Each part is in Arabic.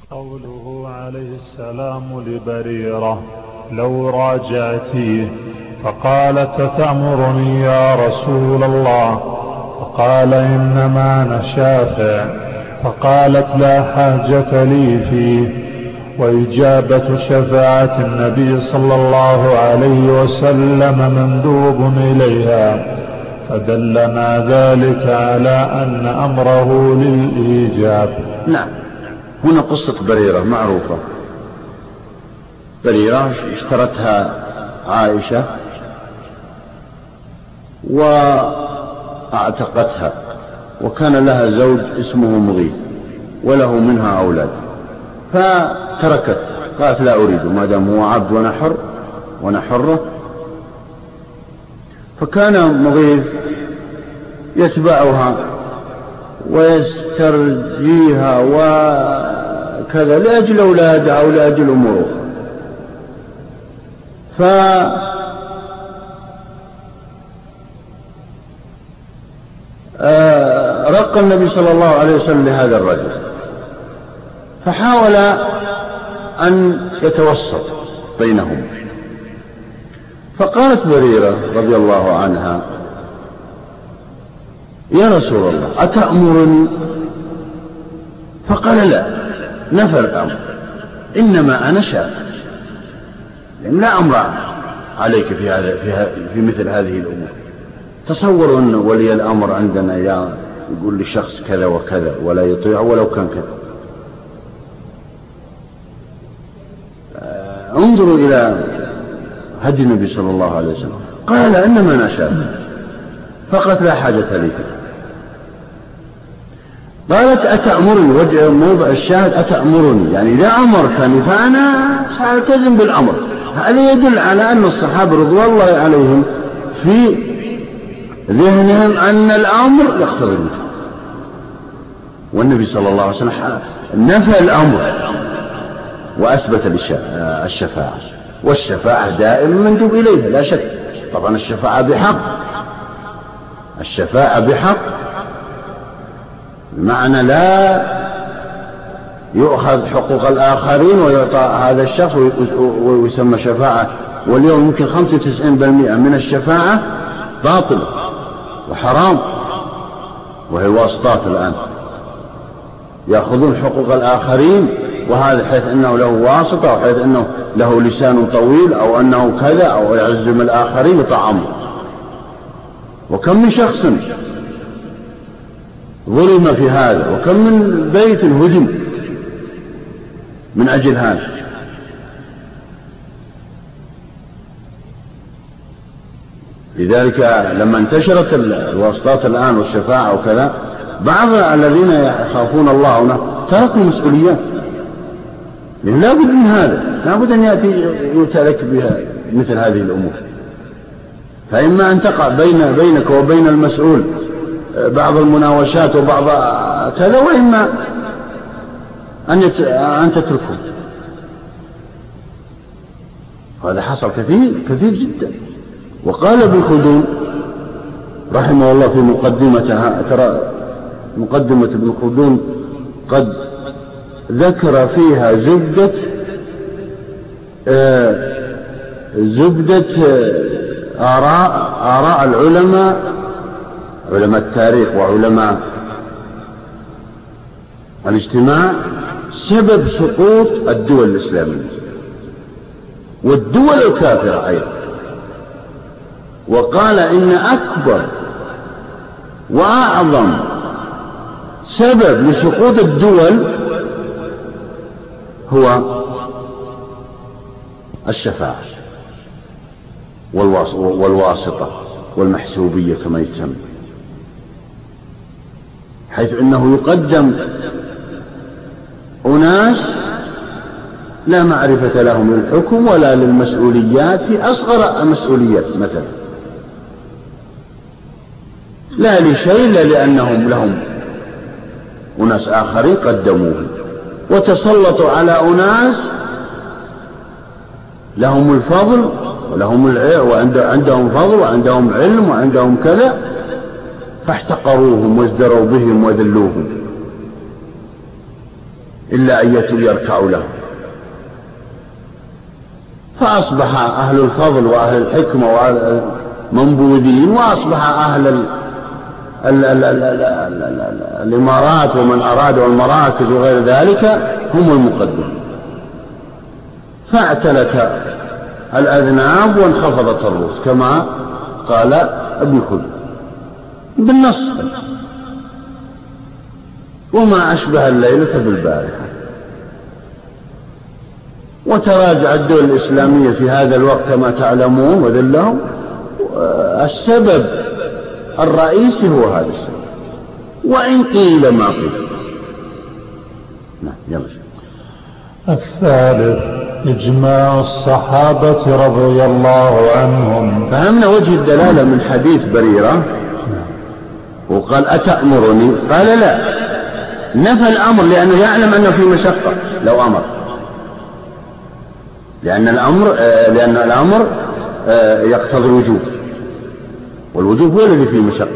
قوله عليه السلام لبريرة لو راجعتيه فقالت تأمرني يا رسول الله، فقال إنما أنا شافع، فقالت لا حاجة لي فيه. وإجابة شفاعة النبي صلى الله عليه وسلم مندوب إليها، فدلنا ذلك على أن أمره للإيجاب. نعم. هنا قصة بريرة معروفة. بريرة اشترتها عائشة واعتقتها، وكان لها زوج اسمه مغيث وله منها أولاد، فتركت، قالت لا أريد ما دام هو عبد وأنا حرة. فكان مغيث يتبعها ويسترجيها وكذا لأجل أولادها أو لأجل أموره. فرق النبي صلى الله عليه وسلم لهذا الرجل، فحاول أن يتوسط بينهم. فقالت بريرة رضي الله عنها يا رسول الله أتأمرني؟ فقال لا، نفى الأمر، إنما أنا شاف، لأن لا أمر عليك في مثل هذه الأمور. تصور أن ولي الأمر عندنا يقول لشخص كذا وكذا ولا يطيع ولو كان كذا. انظروا إلى هدي النبي صلى الله عليه وسلم. قال إنما أنا شاف، فقط لا حاجة لي. قالت أتأمرني، موضع الشاهد أتأمرني، يعني إذا أمرتني فأنا سألتزم بالأمر. هذا يدل على أن الصحابة رضوان الله عليهم في ذهنهم أن الأمر يقتضي الوجوب، والنبي صلى الله عليه وسلم نفى الأمر وأثبت الشفاعة، والشفاعة دائما مندوب إليها لا شك. طبعا الشفاعة بحق، بمعنى لا يؤخذ حقوق الآخرين ويعطى هذا الشخص ويسمى شفاعة. واليوم يمكن 95% من الشفاعة باطلة وحرام، وهي الواسطات الآن يأخذون حقوق الآخرين، وهذا حيث أنه له واسطة أو حيث أنه له لسان طويل أو أنه كذا أو يعزم الآخرين يطعمه. وكم من شخص ظلم في هذا، وكم من بيت هدم من أجل هذا. لذلك لما انتشرت الواسطات الآن والشفاعة وكذا، بعض الذين يخافون الله تركوا المسؤوليات، لأن لا بد من هذا، لا بد أن يترك بها مثل هذه الأمور. فإما أن تقع بينك وبين المسؤول بعض المناوشات وبعض كذا، وإما أن تتركه. هذا حصل كثير جدا. وقال ابن خلدون رحمه الله في مقدمتها، ترى مقدمة ابن خلدون قد ذكر فيها زبدة آراء العلماء، علماء التاريخ وعلماء الاجتماع، سبب سقوط الدول الإسلامية والدول الكافرة أيضا. وقال إن أكبر وأعظم سبب لسقوط الدول هو الشفاعة والواسطة والمحسوبية كما يسمى، حيث أنه يقدم أناس لا معرفة لهم للحكم ولا للمسؤوليات في أصغر المسؤوليات مثلا، لا لشيء، لا لأنهم لهم أناس آخرين قدموه وتسلطوا على أناس لهم الفضل ولهم العلم وعندهم فضل وعندهم علم وعندهم كذا، فاحتقروهم وازدروا بهم وذلوهم. إلا أن يركعوا له. فأصبح أهل الفضل وأهل الحكمة وأهل المنبوذين، وأصبح أهل الإمارات ومن أراد والمراكز وغير ذلك هم المقدمين. فاعتلت الأذناب وانخفضت الرؤوس كما قال ابن خلد بالنص. وما أشبه الليلة بالبارحة. وتراجع الدول الإسلامية في هذا الوقت كما تعلمون وذلهم. السبب الرئيسي هو هذا السبب، وإن قيل ما قيل. نعم يلا. الثالث إجماع الصحابة رضي الله عنهم. فهمنا وجه الدلالة من حديث بريرة، وقال أتأمرني؟ قال لا، نفى الأمر لأنه يعلم أنه في مشقة لو أمر، لأن الأمر يقتضي الوجوب، والوجوب هو الذي فيه مشقة.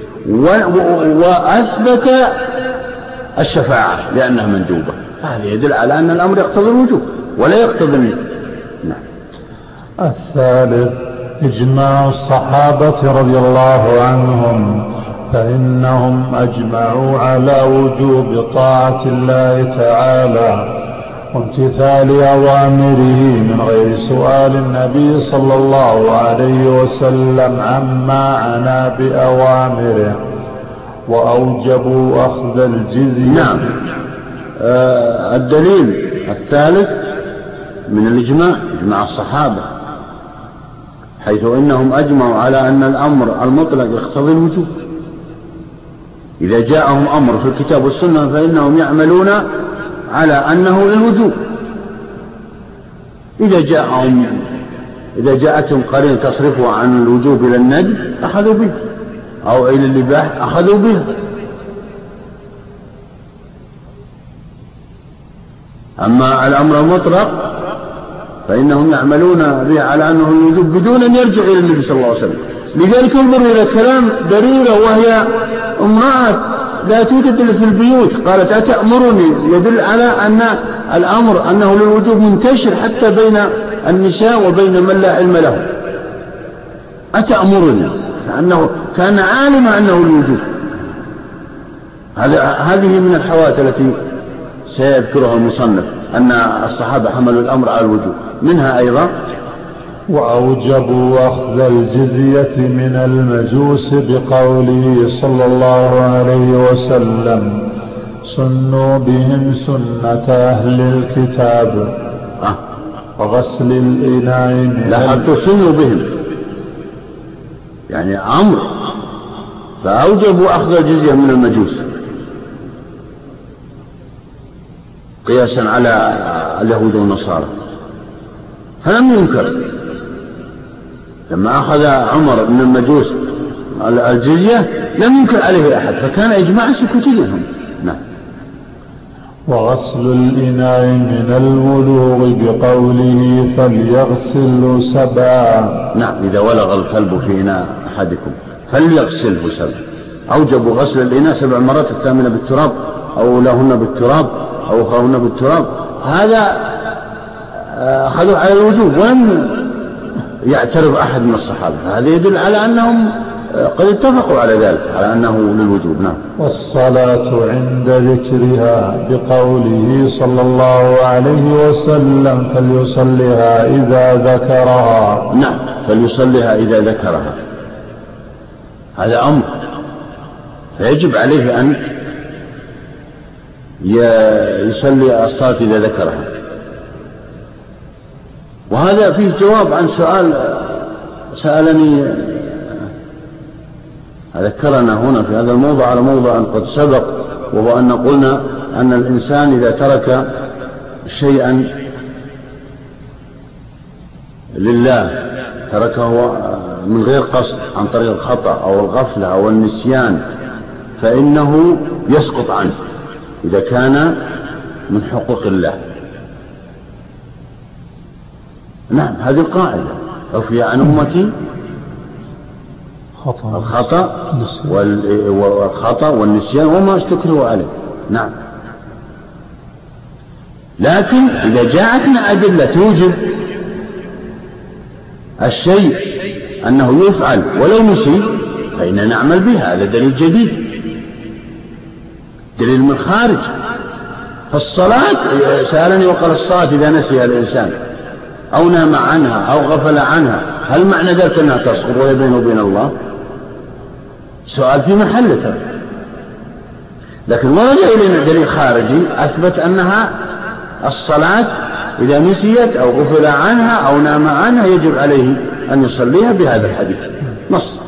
وأثبت الشفاعة لأنها مندوبة، هذا يدل على أن الأمر يقتضي الوجوب ولا يقتضي نعم. الثالث إجماع الصحابة رضي الله عنهم، فإنهم أجمعوا على وجوب طاعة الله تعالى وامتثال أوامره من غير سؤال النبي صلى الله عليه وسلم عما عنا بأوامره، وأوجبوا أخذ الجزية. نعم. الدليل الثالث من الإجماع إجماع الصحابة، حيث إنهم أجمعوا على أن الأمر المطلق يقتضي الوجوب. إذا جاءهم أمر في الكتاب والسنة فإنهم يعملون على أنه للوجوب. إذا جاءتهم قرينة تصرفه عن الوجوب إلى الندب أخذوا به، أو إلى الإباحة أخذوا به. أما الأمر المطلق فإنهم يعملون به على أنه الوجوب بدون أن يرجع إلى النبي صلى الله عليه وسلم. لذلك انظروا إلى كلام بريرة وهي امرأة لا توجد إلا في البيوت، قالت أتأمرني، يدل على أن الأمر أنه للوجوب منتشر حتى بين النساء وبين من لا علم له. أتأمرني أنه كان عالما أنه الوجوب. هذه من الحوادث التي سيذكرها المصنف، أن الصحابة حملوا الأمر على الوجوب. منها أيضا وأوجبوا أخذ الجزية من المجوس بقوله صلى الله عليه وسلم سنوا بهم سنة أهل الكتاب وغسل الإناء. لا سنوا بهم يعني أمر، فأوجبوا أخذ الجزية من المجوس قياسا على اليهود والنصارى، فلم ينكر. لما أخذ عمر من المجوس الجزية لم ينكر عليه أحد، فكان إجماع سكوتيهم. نعم. وغسل الإناء من الولوغ بقوله فليغسله 7. نعم، إذا ولغ الكلب في إناء أحدكم فليغسله 7. أوجبوا غسل الإناء 7 مرات، الثامنة بالتراب أو لهن بالتراب أو أخرهن بالتراب. هذا أخذوا على الوجوب ولم يعترض أحد من الصحابة، فهذا يدل على أنهم قد اتفقوا على ذلك، على أنه للوجوب. نعم. والصلاة عند ذكرها بقوله صلى الله عليه وسلم فليصلها إذا ذكرها. نعم، فليصلها إذا ذكرها، هذا أمر، فيجب عليه أن يصلي الصلاة إذا ذكرها. وهذا فيه جواب عن سؤال سألني ذكرنا هنا في هذا الموضع على موضع قد سبق، وهو أن قلنا أن الإنسان إذا ترك شيئا لله تركه من غير قصد عن طريق الخطأ أو الغفلة أو النسيان فإنه يسقط عنه إذا كان من حقوق الله. نعم، هذه القاعدة: عفي عن أمتي الخطأ والنسيان وما استكرهوا عليه. نعم. لكن إذا جاءتنا أدلة توجب الشيء أنه يفعل ولو نسي فإننا نعمل بها. هذا دليل جديد، دليل من خارج. فالصلاة سألني وقال الصلاة إذا نسيها الإنسان أو نام عنها أو غفل عنها هل معنى ذلك أنها تسقط وهي بينه وبين الله؟ سؤال في محله. لكن ورد إلينا دليل خارجي أثبت أنها الصلاة إذا نسيت أو غفل عنها أو نام عنها يجب عليه أن يصليها بهذا الحديث نص.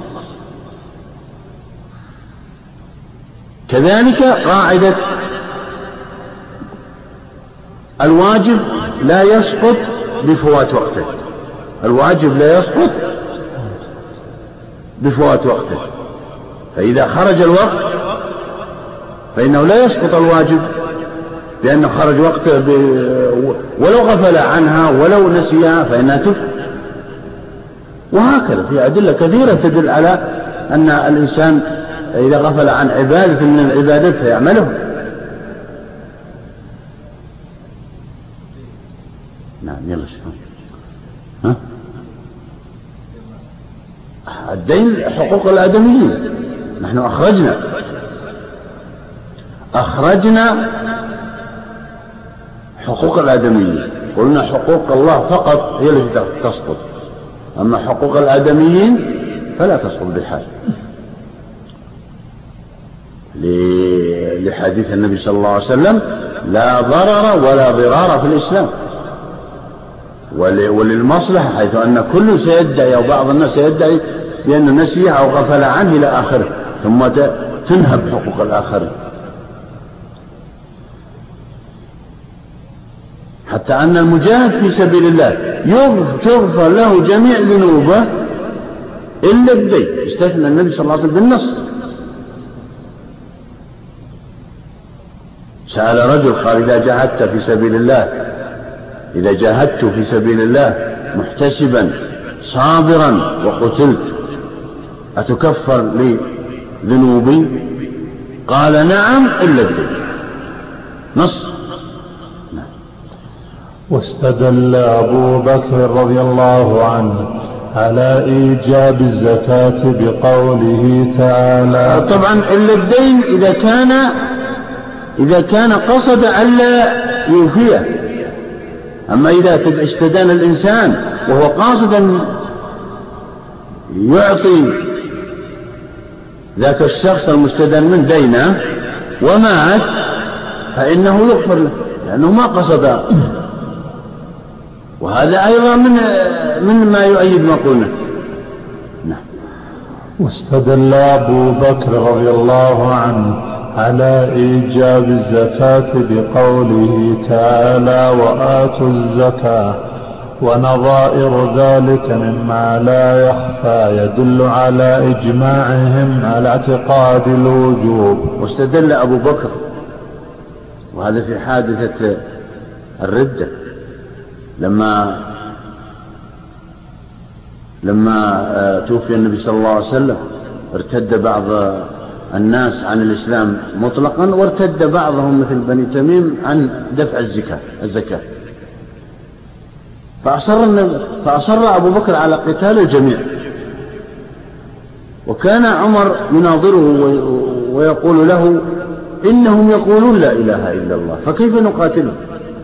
كذلك قاعدة الواجب لا يسقط بفوات وقته، الواجب لا يسقط بفوات وقته، فإذا خرج الوقت فإنه لا يسقط الواجب لأنه خرج وقته ولو غفل عنها ولو نسيها فإنها تفعل. وهكذا في أدلة كثيرة تدل على أن الإنسان إذا غفل عن عبادة من العبادات فيعمله. نعم يلا شو الدين حقوق الآدميين. نحن أخرجنا حقوق الآدميين، قلنا حقوق الله فقط هي التي تسقط، أما حقوق الآدميين فلا تسقط بحال، لحديث النبي صلى الله عليه وسلم لا ضرر ولا ضرار في الإسلام، وللمصلحة حيث أن كل سيدعي أو بعض الناس سيدعي بأنه نسيه أو غفل عنه إلى آخره ثم تنهب حقوق الآخرين، حتى أن المجاهد في سبيل الله تغفر له جميع ذنوبه إلا الدين، استثنى النبي صلى الله عليه وسلم بالنص. سأل رجل قال إذا جاهدت في سبيل الله محتسبا صابرا وقتلت أتكفر لي ذنوبي؟ قال نعم إلا الدين نص. واستدل أبو بكر رضي الله عنه على إيجاب الزكاة بقوله تعالى طبعا إلا الدين إذا كان قصد ألا يوفيه، أما إذا استدان الإنسان وهو قاصد أن يعطي ذاك الشخص المستدان من دينه ومات فإنه يغفر له لأنه ما قصد، وهذا أيضا من ما يؤيد ما قلنا. نعم. واستدل أبو بكر رضي الله عنه على إيجاب الزكاة بقوله تعالى وآتوا الزكاة ونظائر ذلك مما لا يخفى يدل على إجماعهم على اعتقاد الوجوب. واستدل أبو بكر، وهذا في حادثة الردة لما توفي النبي صلى الله عليه وسلم ارتد بعض الناس عن الإسلام مطلقا وارتد بعضهم مثل بني تميم عن دفع الزكاة فأصر أبو بكر على قتال الجميع، وكان عمر يناظره ويقول له إنهم يقولون لا إله إلا الله فكيف نقاتلهم؟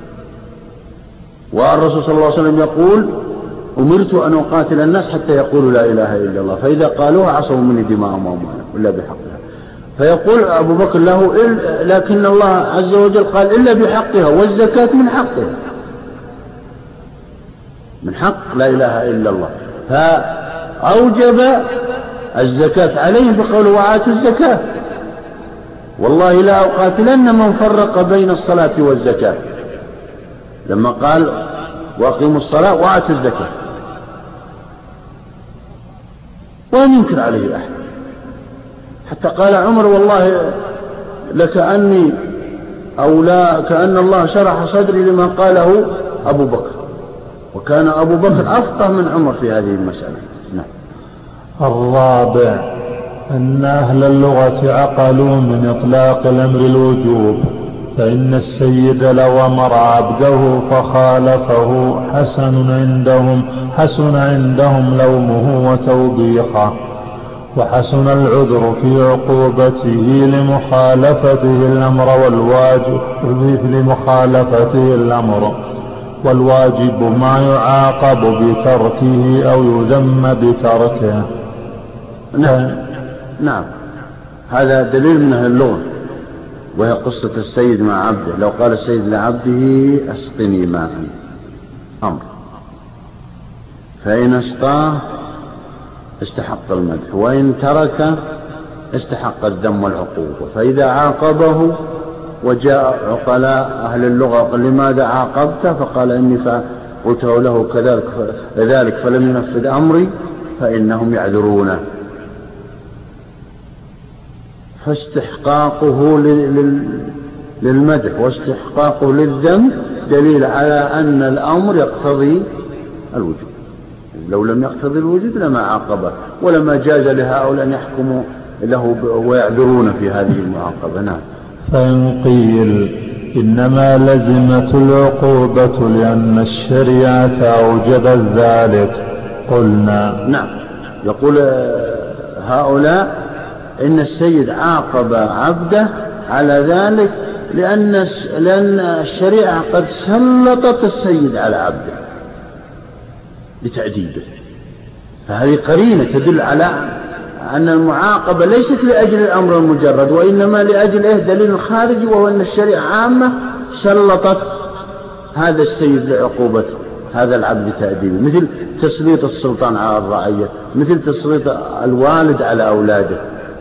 والرسول صلى الله عليه وسلم يقول أمرت أن أقاتل الناس حتى يقولوا لا إله إلا الله فإذا قالوها عصموا مني دماءهم وأموالهم إلا بحقها. فيقول أبو بكر له لكن الله عز وجل قال إلا بحقها والزكاة من حق لا إله إلا الله، فأوجب الزكاة عليهم بقوله وآتوا الزكاة والله لا أقاتلن من فرق بين الصلاة والزكاة، لما قال وأقيموا الصلاة وآتوا الزكاة ولم ينكر عليه أحد، حتى قال عمر والله لكأني أو لا كأن الله شرح صدري لما قاله أبو بكر، وكان أبو بكر أفقه من عمر في هذه المسألة. نعم. الرابع أن أهل اللغة عقلوا من إطلاق الأمر الوجوب فإن السيد لو أمر عبده فخالفه حسن عندهم لومه وتوبيخه، وحسن العذر في عقوبته لمخالفته الأمر، والواجب ما يعاقب بتركه أو يذم بتركه. نعم، هذا دليل من أهل اللغة، وهي قصة السيد مع عبده. لو قال السيد لعبده أسقني ماء، أمر، فإن أسقاه استحق المدح، وإن ترك استحق الذم والعقوبة. فإذا عاقبه وجاء عقلاء أهل اللغة قال لماذا عاقبته؟ فقال إني قلته له كذلك فلم ينفذ أمري، فإنهم يعذرونه. فاستحقاقه للمدح واستحقاقه للذم دليل على أن الأمر يقتضي الوجوب. لو لم يقتضي الوجود لما عاقبه، ولما جاز لهؤلاء أن يحكموا له ويعذرون في هذه المعاقبة. نعم. فإن قيل إنما لزمت العقوبة لأن الشريعة أوجبت ذلك، قلنا نعم. يقول هؤلاء إن السيد عاقب عبده على ذلك لأن الشريعة قد سلطت السيد على عبده لتأديبه. فهذه قرينة تدل على أن المعاقبة ليست لأجل الأمر المجرد، وإنما لأجل دليل خارجي، وهو أن الشريعة عامة سلطت هذا السيد لعقوبة هذا العبد تأديبه، مثل تسليط السلطان على الرعية، مثل تسليط الوالد على أولاده.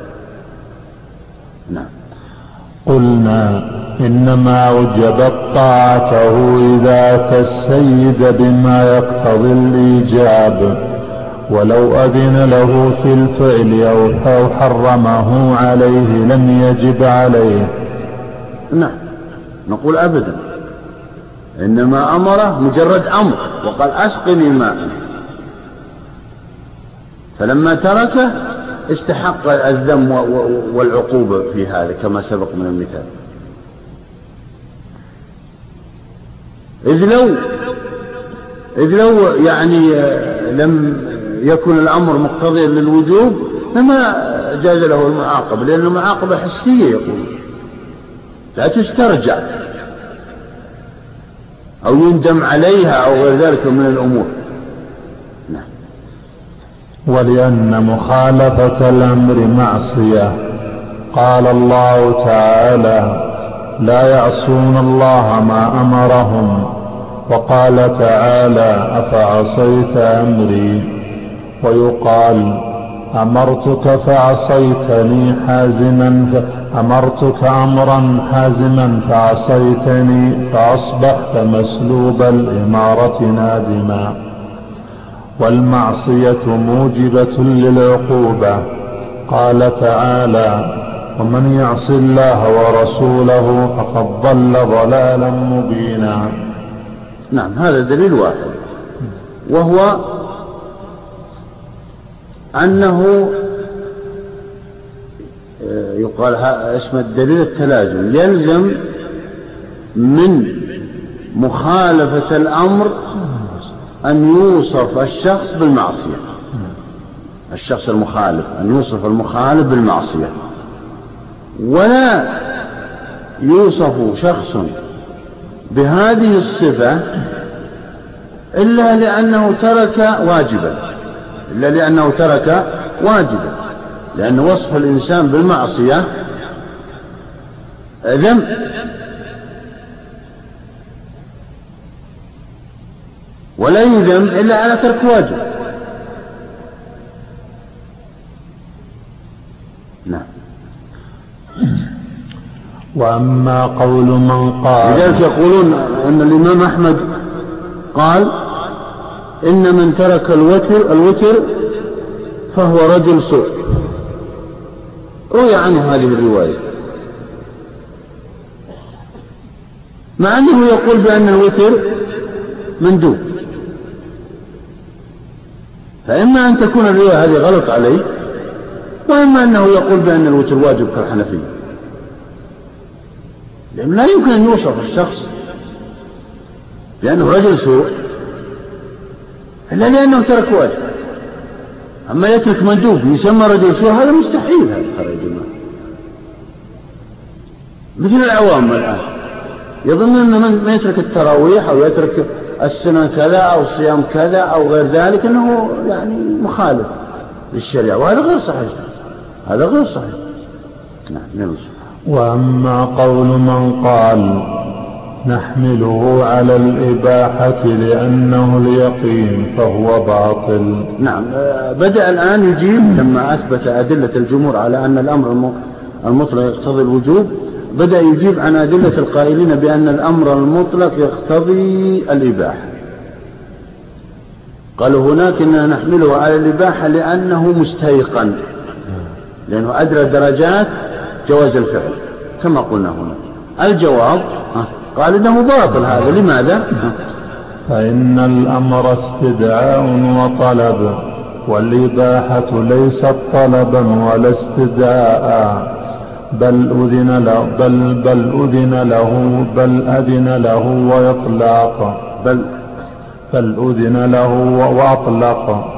نعم. قلنا إنما أوجبت طاعته إذا أتى السيد بما يقتضي الإيجاب، ولو أذن له في الفعل أو حرمه عليه لم يجب عليه. نعم. نقول أبدا، إنما أمره مجرد أمر، وقال أسقني ماء، فلما تركه استحق الذم والعقوبة في هذا كما سبق من المثال. إذ لو يعني لم يكن الأمر مقتضيا للوجوب فما جاز له المعاقبة، لأن المعاقبة حسية، يقول لا تسترجع أو يندم عليها أو غير ذلك من الأمور. نعم. ولأن مخالفة الأمر معصية، قال الله تعالى لا يعصون الله ما أمرهم، وقال تعالى أفعصيت أمري، ويقال أمرتك فعصيتني أمرتك أمرا حازما فعصيتني فأصبحت مسلوب الإمارة نادما. والمعصية موجبة للعقوبة، قال تعالى ومن يعص الله ورسوله فقد ضل ضلالا مبينا. نعم. هذا دليل واحد، وهو أنه يقال اسم الدليل التلازم، يلزم من مخالفة الأمر أن يوصف الشخص بالمعصية، الشخص المخالف أن يوصف المخالف بالمعصية، ولا يوصف شخص بهذه الصفة إلا لأنه ترك واجبا، لأن وصف الإنسان بالمعصية ذنب، ولا يذم إلا على ترك واجب. نعم. وأما قول من قال، لذلك يقولون أن الإمام أحمد قال إن من ترك الوتر فهو رجل سوء، روي عنه هذه الرواية، مع أنه يقول بأن الوتر مندوب. فإما أن تكون الرواية هذه غلط عليه، وإما أنه يقول بأن الوتر واجب كالحنفية، لأنه لا يمكن أن يوصف الشخص لأنه رجل سوء إلا لأنه ترك واجب. أما يترك مندوب يسمى رجل سوء هذا مستحيل. هذا يا جماعة مثل العوام الآن يظن أن من يترك التراويح أو يترك السنة كذا أو صيام كذا أو غير ذلك أنه يعني مخالف للشريعة، وهذا غير صحيح. هذا غير صحيح. نعم. وأما قول من قال نحمله على الإباحة لأنه اليقين فهو باطل. نعم. بدأ الآن يجيب لما أثبت أدلة الجمهور على أن الأمر المطلق يقتضي الوجوب، بدأ يجيب عن أدلة القائلين بأن الأمر المطلق يقتضي الإباحة. قالوا هناك إننا نحمله على الإباحة لأنه مستيقن، لأنه أدرى درجات جواز الفعل كما قلنا هنا. الجواب قال إنه باطل. هذا لماذا؟ فإن الأمر استدعاء وطلب، والإباحة ليست طلبا ولا استدعاء، بل أذن له وإطلاق، بل أذن له وأطلق،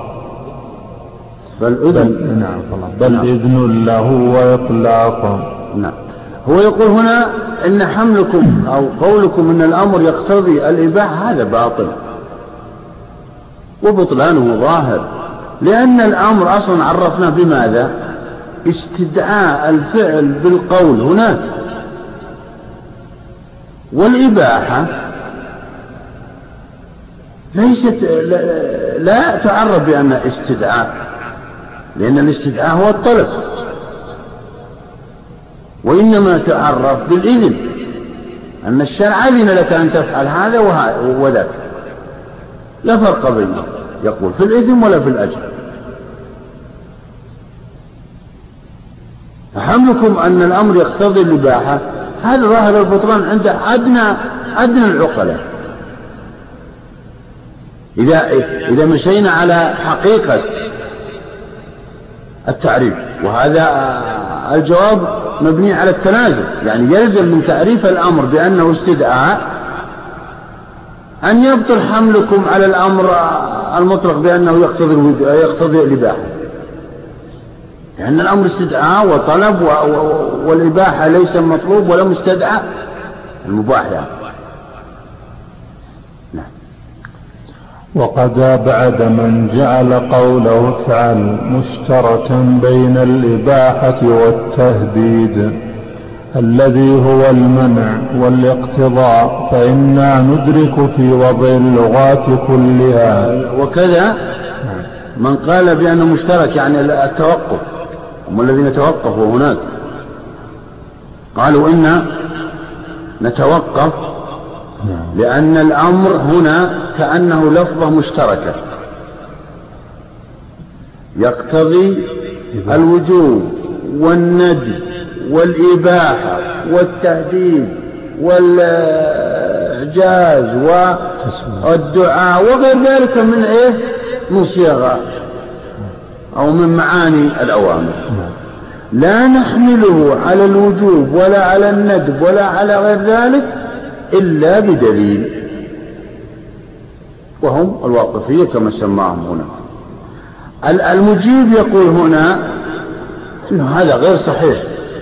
بل إذن له وإطلاق. نعم. هو يقول هنا إن حملكم أو قولكم إن الأمر يقتضي الإباحة هذا باطل وبطلانه ظاهر، لأن الأمر أصلا عرفنا بماذا؟ استدعاء الفعل بالقول هناك، والإباحة لا تعرف بأن استدعاء، لأن الاستدعاء هو الطلب، وإنما تعرف بالإذن، أن الشرع أذن لك أن تفعل هذا وذاك، لا فرق بينه، يقول في الإذن ولا في الأجر. فحملكم أن الأمر يقتضي الإباحة هذا ظاهر البطلان عند أدنى العقلاء. إذا مشينا على حقيقة التعريف، وهذا الجواب مبني على التنازل، يعني يلزم من تعريف الأمر بأنه استدعاء أن يبطل حملكم على الأمر المطلق بأنه يقتضي الإباحة، لأن الأمر استدعاء وطلب، والإباحة ليس مطلوب ولا مستدعى، المباح يعني. نعم. وقد أبعد من جعل قوله افعل مشتركا بين الإباحة والتهديد الذي هو المنع والاقتضاء، فإنا ندرك في وضع اللغات كلها. وكذا من قال بأنه مشترك يعني التوقف، هم الذين توقفوا هناك قالوا إن نتوقف لأن الأمر هنا كأنه لفظة مشتركة يقتضي الوجوب والندب والإباحة والتهديد والإعجاز والدعاء وغير ذلك من صيغ أو من معاني الأوامر. لا نحمله على الوجوب ولا على الندب ولا على غير ذلك إلا بدليل، وهم الواقفية كما سماهم هنا. المجيب يقول هنا إنه هذا غير صحيح.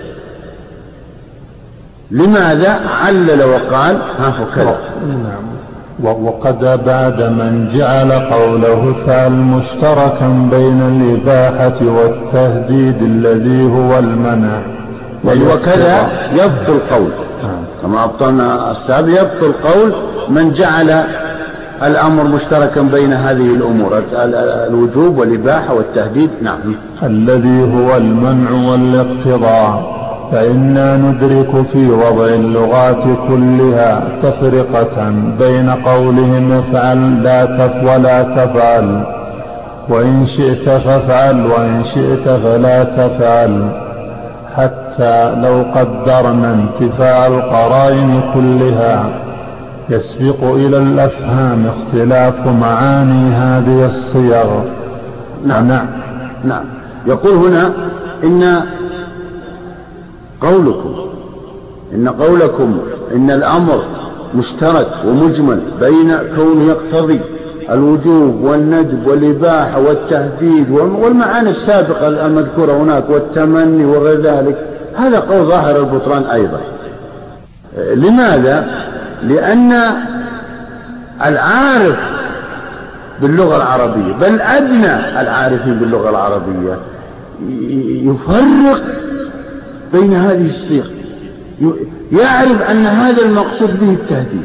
لماذا؟ علل وقال هكذا. وقد أبعد من جعل قوله افعل مشتركا بين الإباحة والتهديد الذي هو المنع، وكذا يبطل قول كما أبطلنا السابق، يبطل قول من جعل الأمر مشتركا بين هذه الأمور الوجوب والإباحة والتهديد. نعم. الذي هو المنع والاقتضاء، فإنا ندرك في وضع اللغات كلها تفرقة بين قولهم افعل ولا تفعل، وإن شئت فافعل وإن شئت فلا تفعل، حتى لو قدرنا انتفاع القرائن كلها يسبق إلى الأفهام اختلاف معاني هذه الصيغ. نعم. نعم. يقول هنا إن قولكم إن قولكم إن الأمر مشترك ومجمل بين كونه يقتضي الوجوب والندب والإباحة والتهديد والمعاني السابقة المذكورة هناك والتمني وغير ذلك، هذا قول ظاهر البطلان أيضا. لماذا؟ لأن العارف باللغة العربية، بل أدنى العارفين باللغة العربية، يفرق بين هذه الصيغ، يعرف أن هذا المقصود به التهديد،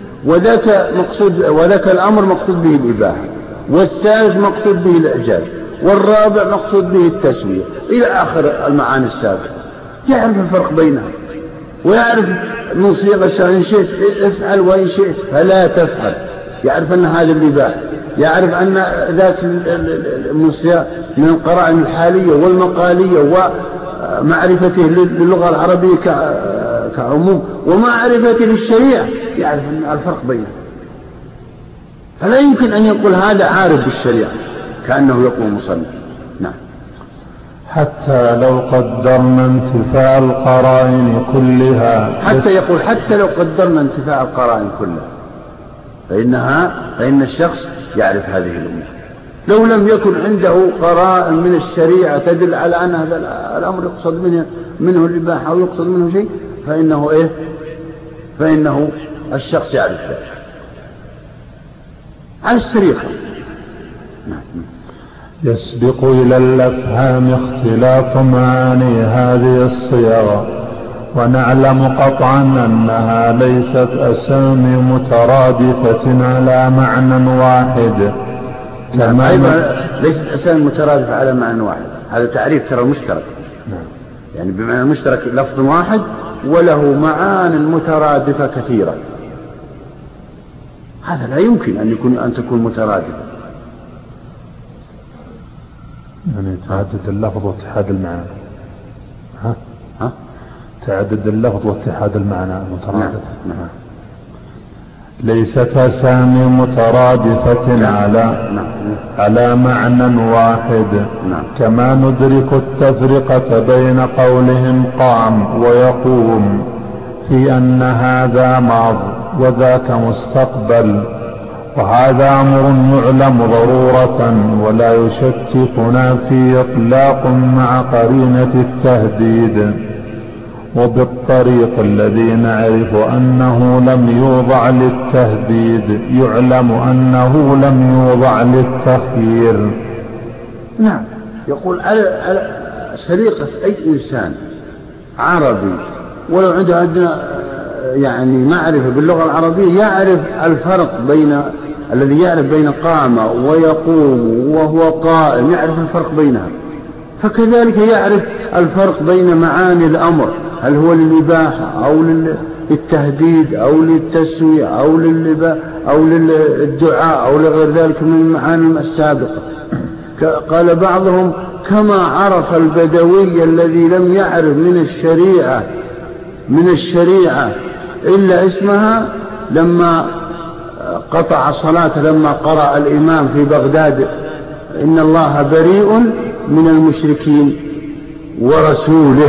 وذاك الأمر مقصود به الإباحة، والثالث مقصود به الإعجاز، والرابع مقصود به التسوية، إلى آخر المعاني السابقة. يعرف الفرق بينها، ويعرف من صيغة الشرع إن شئت افعل وإن شئت فلا تفعل، يعرف أن هذا الإباحة، يعرف أن ذاك من القرائن الحالية والمقالية ومعرفته للغة العربية كعموم ومعرفته للشريعة، يعرف أن الفرق بينها. فلا يمكن أن يقول هذا عارف بالشريعة كأنه يقول مصنف. نعم. حتى لو قدرنا انتفاع القرائن كلها، حتى يقول حتى لو قدرنا انتفاع القرائن كلها فإن الشخص يعرف هذه الأمور. لو لم يكن عنده قرائن من الشريعة تدل على أن هذا الأمر يقصد منه الإباحة أو يقصد منه شيء، فإنه الشخص يعرف ذلك على السريع. يسبق إلى الأفهام اختلاف معاني هذه الصيغ، ونعلم قطعا أنها ليست أسامي مترادفة على معنى واحد. أيضا ليست أسامي مترادفة على معنى واحد، هذا تعريف ترى مشترك، يعني بمعنى مشترك لفظ واحد وله معان مترادفة كثيرة، هذا لا يمكن أن تكون مترادفة. يعني تعدد اللفظ واتحاد المعنى. تعدد اللفظ واتحاد المعنى مترادف. نعم. ليست أسامي مترادفة على معنى واحد. كما ندرك التفرقة بين قولهم قام ويقوم في أن هذا ماض وذاك مستقبل، وهذا أمر يعلم ضرورة ولا يشككنا في إطلاق مع قرينة التهديد. وبالطريق الذي نعرف أنه لم يوضع للتهديد يعلم أنه لم يوضع للتخيير. نعم. يقول على سريقة أي إنسان عربي ولو عنده أدنى يعني معرفة باللغة العربية يعرف الفرق الذي يعرف بين قام ويقوم وهو قائم، يعرف الفرق بينها. فكذلك يعرف الفرق بين معاني الأمر، هل هو للإباحة أو للتهديد أو للتسوية أو للدعاء أو لغير ذلك من المعاني السابقة. قال بعضهم كما عرف البدوي الذي لم يعرف من الشريعة إلا اسمها لما قطع صلاة لما قرأ الإمام في بغداد إن الله بريء من المشركين ورسوله.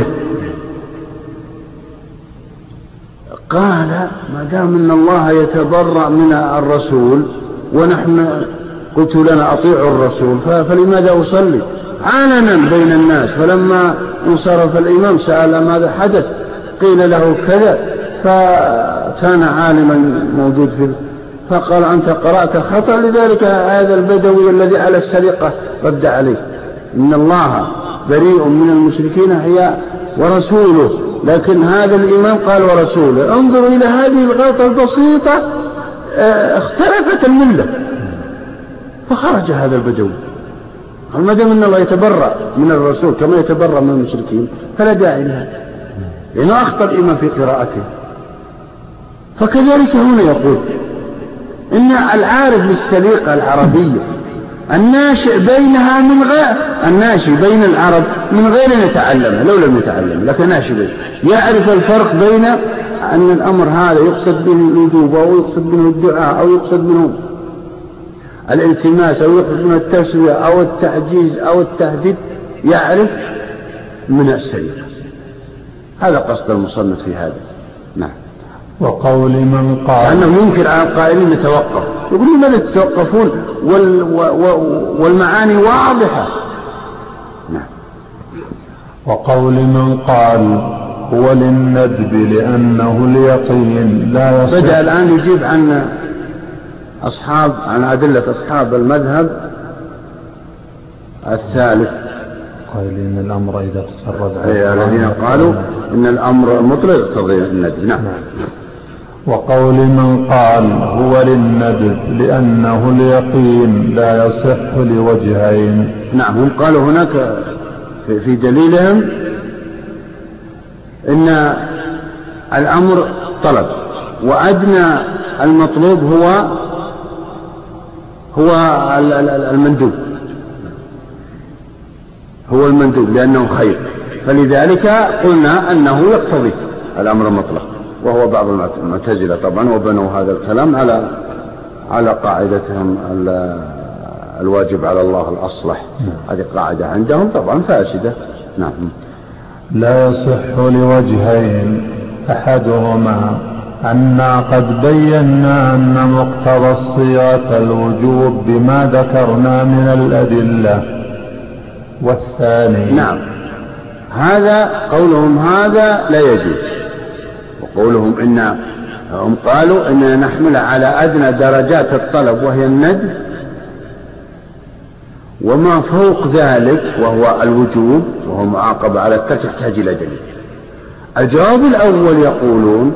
قال ما دام ان الله يتبرأ من الرسول ونحن قلت لنا اطيعوا الرسول فلماذا اصلي علنا بين الناس؟ فلما انصرف الامام سأل ماذا حدث، قيل له كذا، فكان عالما موجود فيه فقال انت قرأت خطأ، لذلك هذا البدوي الذي على السرقة رد عليه ان الله بريء من المشركين هي ورسوله، لكن هذا الإمام قال ورسوله. انظروا إلى هذه الغلطة البسيطة اختلفت الملة، فخرج هذا البدوي قال ما دام أن الله يتبرأ من الرسول كما يتبرأ من المشركين فلا داعي لها، لأنه أخطأ الإمام في قراءته. فكذلك هنا يقول إن العارف بالسليقة العربية الناشئ بينها من غير الناشئ بين العرب من غير أن يتعلمها، لو لم يتعلم لكن ناشئ بين يعرف الفرق بين أن الأمر هذا يقصد به الوجوب أو يقصد منه الدعاء أو يقصد منه الالتماس أو يقصد منه التسوية أو التعجيز أو التهديد، يعرف من السليقة. هذا قصد المصنف في هذا. نعم. وقول من قال أنه ينكر على القائلين نتوقف، يقول لماذا تتوقفون والمعاني واضحة. نعم. وقول من قال هو للندب لأنه اليقين لا يصح. بدأ الآن يجيب عن أدلة أصحاب المذهب الثالث قائلين الأمر إذا تفرد الذين قالوا إن الأمر المطلق يقتضي الندب. نعم. وقول من قال هو للندب لأنه اليقين لا يصح لوجهين. نعم. هم قالوا هناك في دليلهم إن الأمر طلب، وأدنى المطلوب هو المندوب، هو المندوب لأنه خير، فلذلك قلنا أنه يقتضي الأمر المطلق. وهو بعض المعتزلة طبعا وبنوا هذا الكلام على قاعدتهم الواجب على الله الأصلح. هذه قاعدة عندهم طبعا فاسدة. نعم. لا يصح لوجهين، أحدهما أنا قد بينا أن مقتضى الصيغة الوجوب بما ذكرنا من الأدلة. والثاني نعم، هذا قولهم هذا لا يجوز، وقولهم هم قالوا إننا نحمل على أدنى درجات الطلب وهي الندب، وما فوق ذلك وهو الوجوب وهو معاقبة على الترك يحتاج إلى دليل. الجواب الأول يقولون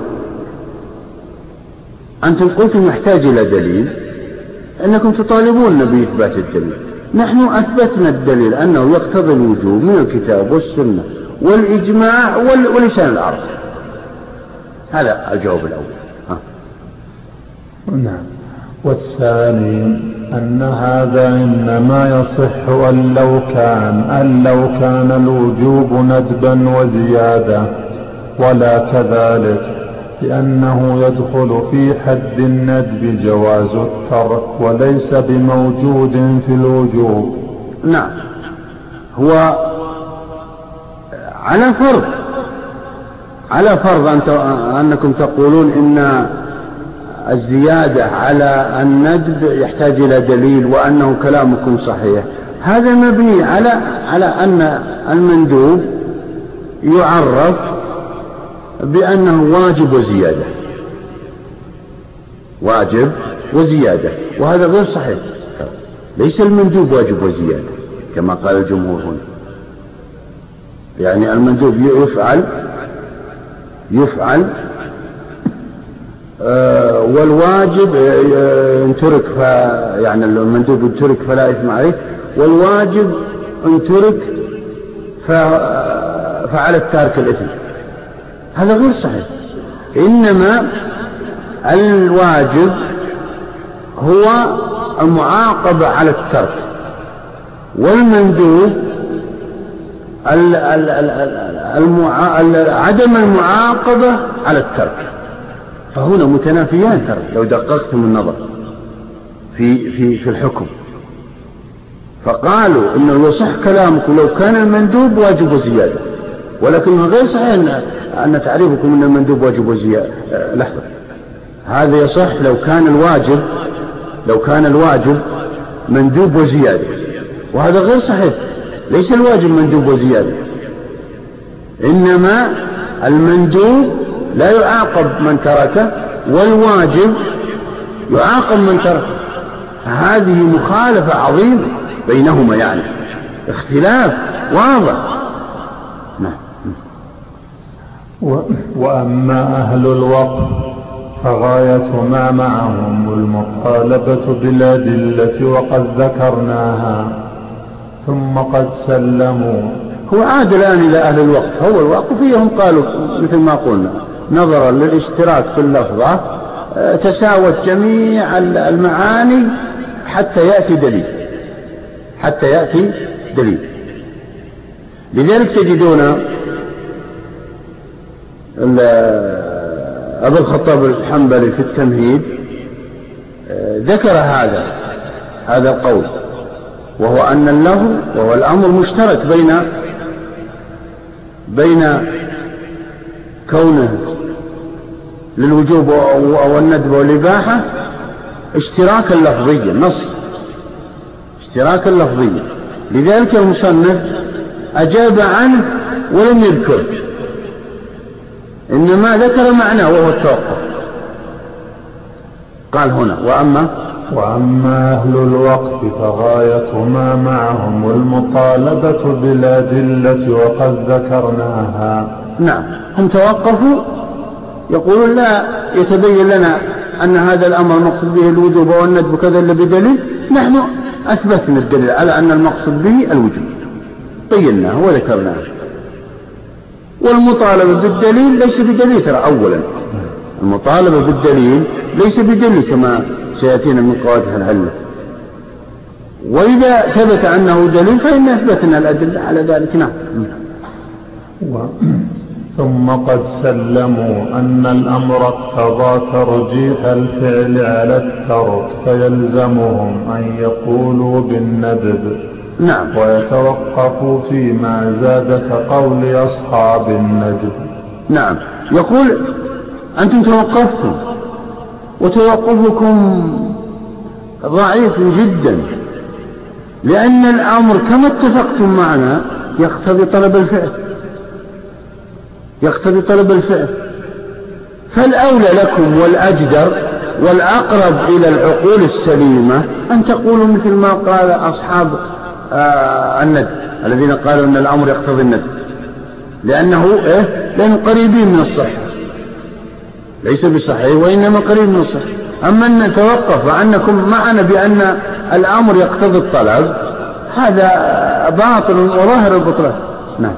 أنتم قلتم يحتاج إلى دليل، أنكم تطالبون بإثبات الدليل. نحن أثبتنا الدليل أنه يقتضي الوجوب من الكتاب والسنة والإجماع ولسان العرب. هذا الجواب الأول. نعم. والثاني أن هذا إنما يصح أن لو كان الوجوب ندبا وزيادة، ولا كذلك، لأنه يدخل في حد الندب جواز الترك وليس بموجود في الوجوب. نعم، هو على فرض أنكم تقولون إن الزيادة على الندب يحتاج إلى دليل وأنه كلامكم صحيح. هذا مبني على أن المندوب يعرف بأنه واجب وزيادة، واجب وزيادة، وهذا غير صحيح. ليس المندوب واجب وزيادة كما قال الجمهور هنا، يعني المندوب يفعل والواجب ان ترك يعني المندوب ان ترك فلا إثم عليه، والواجب ان ترك فعلى التارك الإثم. هذا غير صحيح. إنما الواجب هو المعاقبة على الترك، والمندوب عدم المعاقبة على الترك. فهنا متنافيان ترى لو دققتم النظر في الحكم. فقالوا إنه يصح كلامكم لو كان المندوب واجب وزيادة، ولكنه غير صحيح أن تعريفكم أن المندوب واجب وزيادة. لحظة، هذا يصح لو كان الواجب مندوب وزيادة، وهذا غير صحيح. ليس الواجب مندوب وزيادة، إنما المندوب لا يعاقب من تركه، والواجب يعاقب من تركه. هذه مخالفة عظيمة بينهما، يعني اختلاف واضح. نعم. وأما أهل الوقف فغاية ما معهم المطالبة بالأدلة وقد ذكرناها، ثم قد سلموا. هو عاد الآن إلى أهل الوقف. هو الوقف فيهم قالوا مثل ما قلنا نظرا للاشتراك في اللفظة تساوت جميع المعاني حتى يأتي دليل. لذلك تجدون أبو الخطاب الحنبلي في التمهيد ذكر هذا القول، وهو أن اللفظ وهو الأمر مشترك بين كونه للوجوب والندب والإباحة اشتراكا لفظيا، نص اشتراكا لفظيا. لذلك المصنف أجاب عنه ولم يذكر، إنما ذكر معناه وهو التوقف. قال هنا: وأما أهل الوقف فغاية ما معهم المطالبة بالأدلة وقد ذكرناها. نعم، هم توقفوا يقولون لا يتبين لنا أن هذا الأمر المقصود به الوجوب والندب كذا إلا بدليل. نحن أثبتنا الدليل على أن المقصود به الوجوب، بيناه وذكرناه. والمطالبة بالدليل ليس بدليل، ترى أولا المطالبة بالدليل ليس بدليل كما سيأتينا من قواعد العلة. وإذا ثبت أنه دليل فإن أثبتنا الأدلة على ذلك. نعم. ثم قد سلموا أن الأمر اقتضى ترجيح الفعل على الترك، فيلزمهم أن يقولوا بالندب. نعم. ويتوقفوا فيما زاد كقول أصحاب الندب. نعم، يقول: أنتم توقفتم وتوقفكم ضعيف جدا، لأن الأمر كما اتفقتم معنا يقتضي طلب الفعل، فالأولى لكم والأجدر والأقرب إلى العقول السليمة أن تقولوا مثل ما قال أصحاب الندب الذين قالوا أن الأمر يقتضي الندب، لأنه قريبين من الصحة، ليس بصحيح وإنما قريب من الصحة. أما أن نتوقف وأنكم معنا بأن الأمر يقتضي الطلب، هذا باطل وظاهر البطلان. نعم.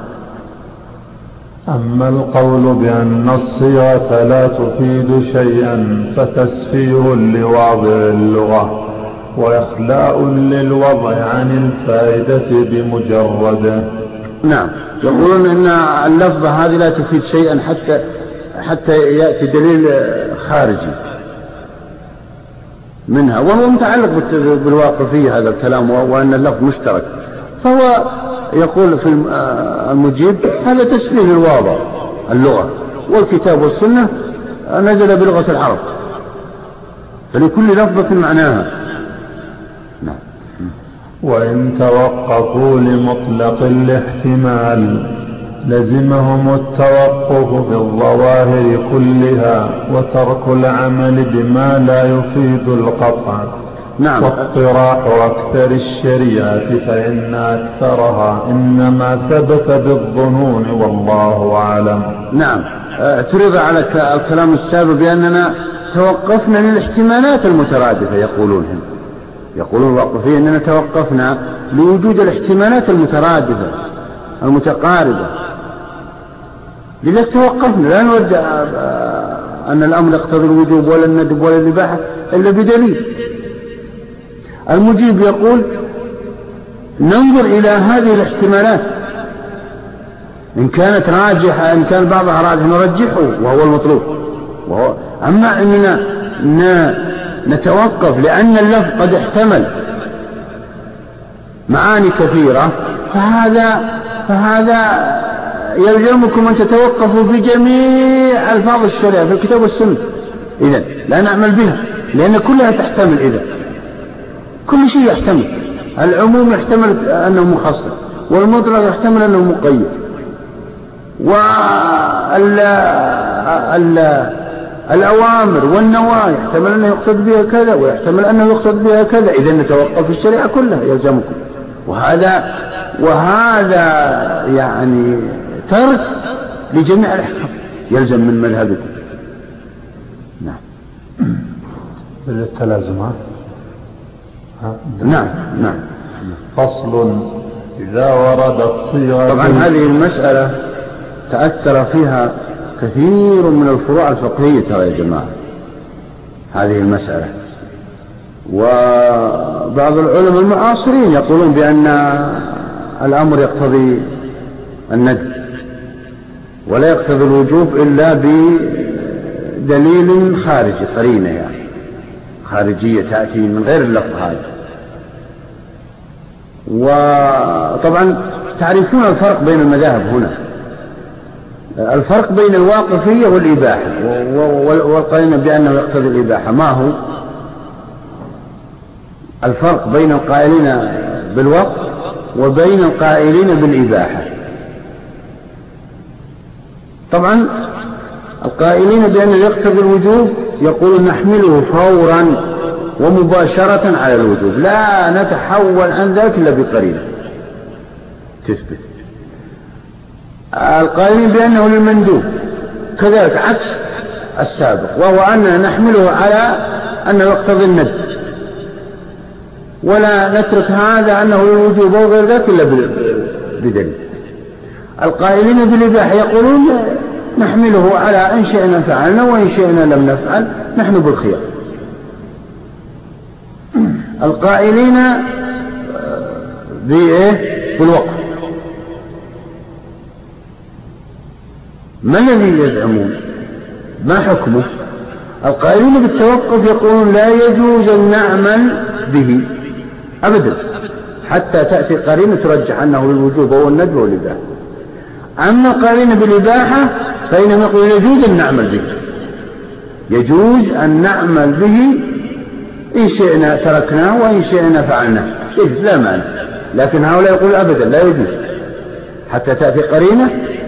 أما القول بأن الصيغة لا تفيد شيئا فتسفيه لواضع اللغة وإخلاء للوضع عن الفائدة بمجرده. نعم، يقولون أن اللفظة هذه لا تفيد شيئا حتى يأتي دليل خارجي منها، وهو متعلق بالواقفية هذا الكلام، وأن اللفظ مشترك. فهو يقول في المجيب: هذا تسفيه للواضع اللغة، والكتاب والسنة نزل بلغة العرب، فلكل لفظة معناها. نعم. وإن توقفوا لمطلق الاحتمال لزمهم التوقف في الظواهر كلها وترك العمل بما لا يفيد القطع. نعم. واقتراح أكثر الشريعة فإن أكثرها إنما ثبت بالظنون والله أعلم. نعم، اعترض على الكلام السابق بأننا توقفنا للاحتمالات المترادفة. يقولون الواقفية أننا توقفنا لوجود الاحتمالات المترادفة المتقاربة، لذلك توقفنا، لا نرد أن الأمر يقتضي الوجوب ولا الندب ولا الإباحة إلا بدليل. المجيب يقول: ننظر إلى هذه الاحتمالات، إن كانت راجحة، إن كان بعضها راجح نرجحه وهو المطلوب. أما أننا نتوقف لأن اللفظ قد احتمل معاني كثيرة، فهذا يلزمكم أن تتوقفوا بجميع ألفاظ الشريعة في الكتاب والسنة. إذن لا نعمل بها، لأن كلها تحتمل. إذن كل شيء يحتمل، العموم يحتمل أنه مخصص، والمطلق يحتمل أنه مقيد، الأوامر والنواهي يحتمل أنه يقصد بها كذا ويحتمل أنه يقصد بها كذا. إذن نتوقف في الشريعة كلها يلزمكم، وهذا يعني ترك لجميع الأحكام يلزم من مذهبكم. نعم. بالتلازمات. نعم. فصل: إذا وردت صيغة. طبعا هذه المسألة تأثر فيها كثير من الفروع الفقهية، ترى يا جماعة، هذه المسألة. وبعض العلماء المعاصرين يقولون بأن الأمر يقتضي الندب ولا يقتضي الوجوب إلا بدليل خارجي، قرينة يعني خارجية تأتي من غير اللفظ هذا. وطبعا تعرفون الفرق بين المذاهب هنا، الفرق بين الواقفية والإباحة والقائلين بأنه يقتضي الإباحة ما هو الفرق بين القائلين بالوقف وبين القائلين بالإباحة؟ طبعا القائلين بأنه يقتضي الوجوب يقولون نحمله فورا ومباشرة على الوجوب، لا نتحول عن ذلك إلا بقرينة تثبت. القائلين بأنه للمندوب كذلك عكس السابق، وهو أننا نحمله على أنه يقتضي الندب، ولا نترك هذا أنه للوجوب أو غير ذلك إلا بدليل. القائلين بالإباحة يقولون نحمله على إن شئنا فعلنا وإن شئنا لم نفعل، نحن بالخيار. القائلين بالوقف ما الذي يزعمون؟ ما حكمه؟ القائلين بالتوقف يقولون لا يجوز أن نعمل به أبدا حتى تأتي قرينة ترجح أنه للوجوب أو الندب أو الإباحة. أما القائلين بالإباحة فإنهم يقولون يجوز أن نعمل به، يجوز أن نعمل به إن شئنا تركناه وإن شئنا فعلناه، لا مانع. لكن هؤلاء يقول أبدا لا يجوز حتى تأتي قرينة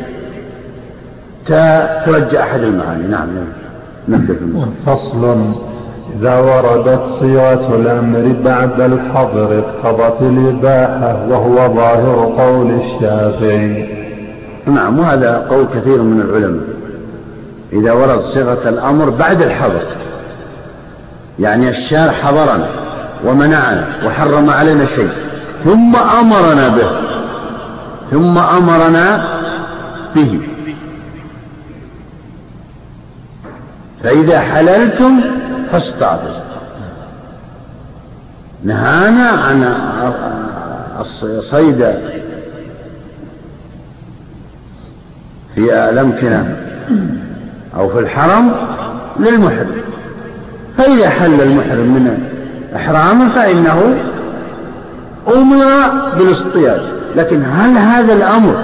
ترجع أحد المعاني. نعم نبدأ في المسألة. فصل: إذا وردت صيغة الأمر بعد الحظر اقتضت الإباحة، وهو ظاهر قول الشافعي. نعم، وهذا قول كثير من العلماء. إذا ورد صيغة الأمر بعد الحظر، يعني الشارع حظرنا ومنعنا وحرم علينا شيء ثم أمرنا به فإذا حللتم فاصطادوا، نهانا عن الصيد في الأمكنة أو في الحرم للمحرم، فإذا حل المحرم من إحرامه فإنه أمر بالاصطياد. لكن هل هذا الأمر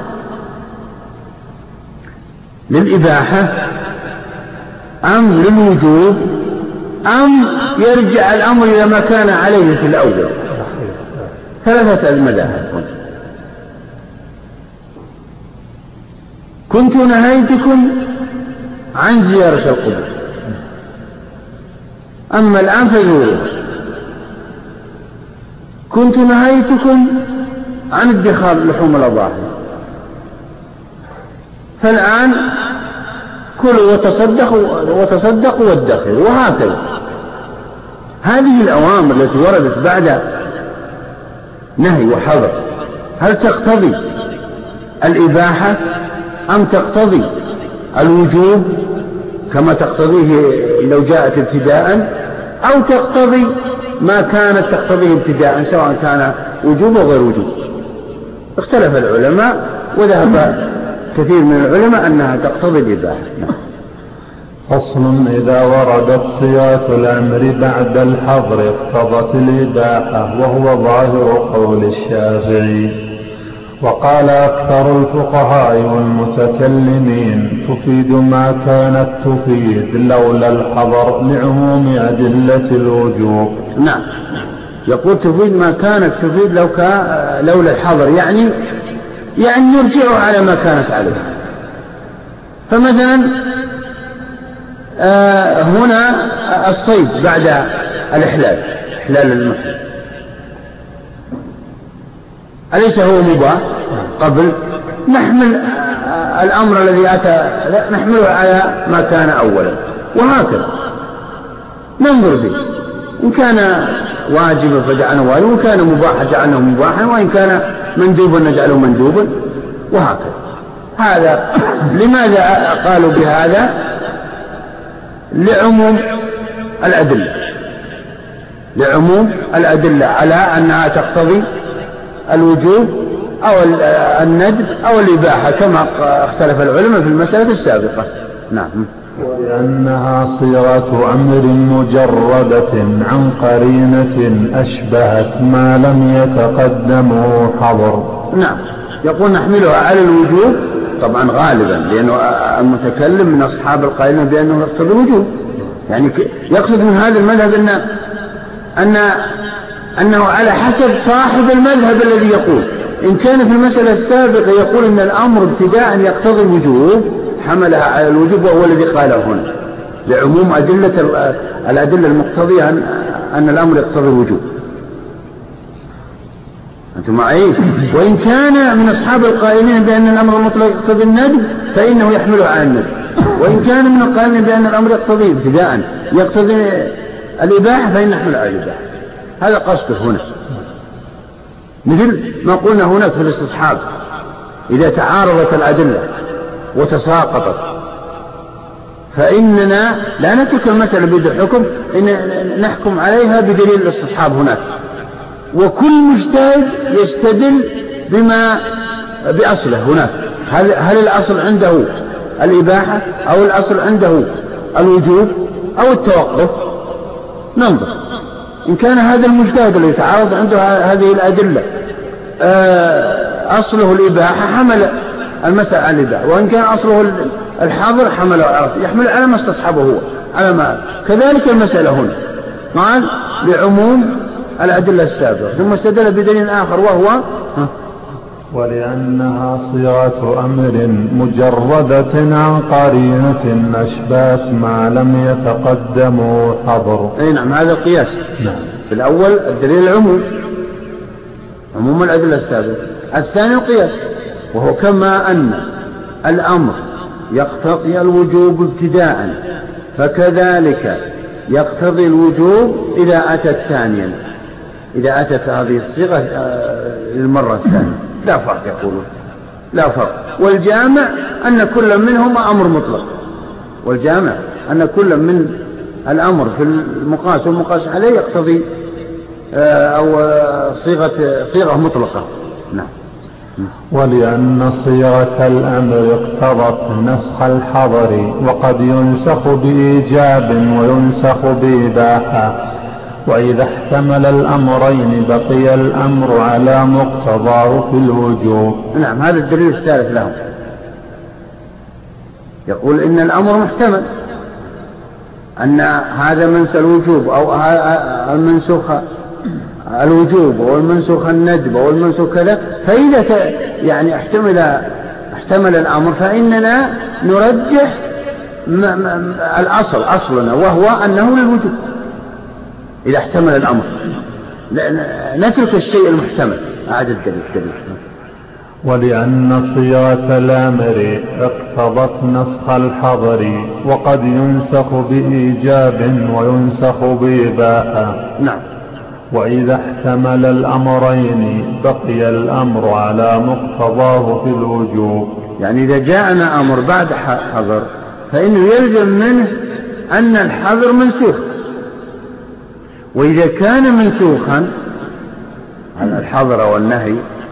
للإباحة أم للوجوب أم يرجع الأمر إلى ما كان عليه في الأول؟ ثلاثة المذاهب. كنت نهيتكم عن زيارة القبور، أما الآن فزوروا. كنت نهيتكم عن ادخار لحوم الأضاحي، فالآن كلوا وتصدقوا وادخروا، وهكذا. هذه الأوامر التي وردت بعد نهي وحظر هل تقتضي الإباحة أم تقتضي الوجوب كما تقتضيه لو جاءت ابتداء، أو تقتضي ما كانت تقتضيه ابتداء سواء كان وجوب أو غير وجوب؟ اختلف العلماء، وذهب كثير من العلماء أنها تقتضي الإباحة. فصل: إذا وردت صيغة الأمر بعد الحظر اقتضت الإباحة، وهو ظاهر قول الشافعي. وقال أكثر الفقهاء والمتكلمين تفيد ما كانت تفيد لولا الحظر لعموم أدلة الوجوب. نعم، يقول تفيد ما كانت تفيد لولا الحظر، يعني نرجع على ما كانت عليه. فمثلا هنا الصيد بعد إحلال المحرم أليس هو مباح قبل؟ نحمل الأمر الذي أتى نحمله على ما كان أولا، وهكذا ننظر فيه، إن كان واجبا فجعلنا واجبا، وإن كان مباحا جعلناه مباحا، وإن كان مندوبا نجعله مندوبا، وهكذا. هذا لماذا قالوا بهذا؟ لعموم الأدلة على أنها تقتضي الوجوب أو الندب أو الإباحة كما اختلف العلماء في المسألة السابقة. نعم. ولأنها صيغة أمر مجردة عن قرينة أشبهت ما لم يتقدمه حظر. نعم، يقول نحملها على الوجوب طبعا غالبا، لأنه المتكلم من أصحاب القائلين بأنه يقتضي الوجوب، يعني يقصد من هذا المذهب أنه على حسب صاحب المذهب الذي يقول. إن كان في المسألة السابقة يقول أن الأمر ابتداء يقتضي الوجوب حملها على الوجوب، وهو الذي قاله هنا لعموم الأدلة المقتضية أن الأمر يقتضي الوجوب. أنتم معي؟ وإن كان من أصحاب القائلين بأن الأمر المطلق يقتضي الندب فإنه يحمله على الندب، وإن كان من القائلين بأن الأمر يقتضي ابتداء يقتضي الإباحة فإن نحمله على الإباحة. هذا قصده هنا، مثل ما قلنا هناك في الاستصحاب إذا تعارضت الأدلة وتساقطت فإننا لا نترك المسألة بدون حكم، إن نحكم عليها بدليل الاستصحاب هناك. وكل مجتهد يستدل بأصله هناك. هل الأصل عنده الإباحة أو الأصل عنده الوجوب أو التوقف؟ ننظر. إن كان هذا المجتهد الذي يتعارض عنده هذه الأدلة أصله الإباحة حمل المسألة على الإباحة، وإن كان أصله الحظر يحمل على ما استصحبه هو على ما. كذلك المسألة هنا قال لعموم الأدلة السابقة، ثم استدل بدليل آخر وهو ولأنها صيغة أمر مجردة عن قرينة أشبهت ما لم يتقدم حظر. أي نعم، هذا القياس. نعم. في الأول الدليل العموم، عموم الأدلة السابقة. الثاني القياس، وهو كما أن الأمر يقتضي الوجوب ابتداء فكذلك يقتضي الوجوب إذا أتت ثانيا، إذا أتت هذه الصيغة للمرة الثانية. لا فرق، يقولون لا فرق. والجامع أن كل منهما أمر مطلق، والجامع أن كل من الأمر في المقاس والمقاس عليه يقتضي أو صيغة مطلقة. نعم. ولأن صيغة الأمر اقتضت نسخ الحظر وقد ينسخ بإيجاب وينسخ بإباحة، وإذا احتمل الأمرين بقي الأمر على مقتضاه في الوجوب. نعم، هذا الدليل الثالث لهم. يقول إن الأمر محتمل، أن هذا منسى الوجوب أو المنسوخ الوجوب أو المنسوخ الندب أو المنسوخ كذا، فإذا يعني احتمل الأمر فإننا نرجح أصلنا وهو أنه للوجوب إذا احتمل الأمر، نترك الشيء المحتمل. أعد الدليل. ولأن صيغة الأمر اقتضت نسخ الحظر وقد ينسخ بإيجاب وينسخ بإباحة. نعم. وإذا احتمل الأمرين بقي الأمر على مقتضاه في الوجوب. يعني إذا جاءنا أمر بعد حظر فإنه يلزم منه أن الحظر منسوخ، وإذا كان منسوخا على الحظر والنهي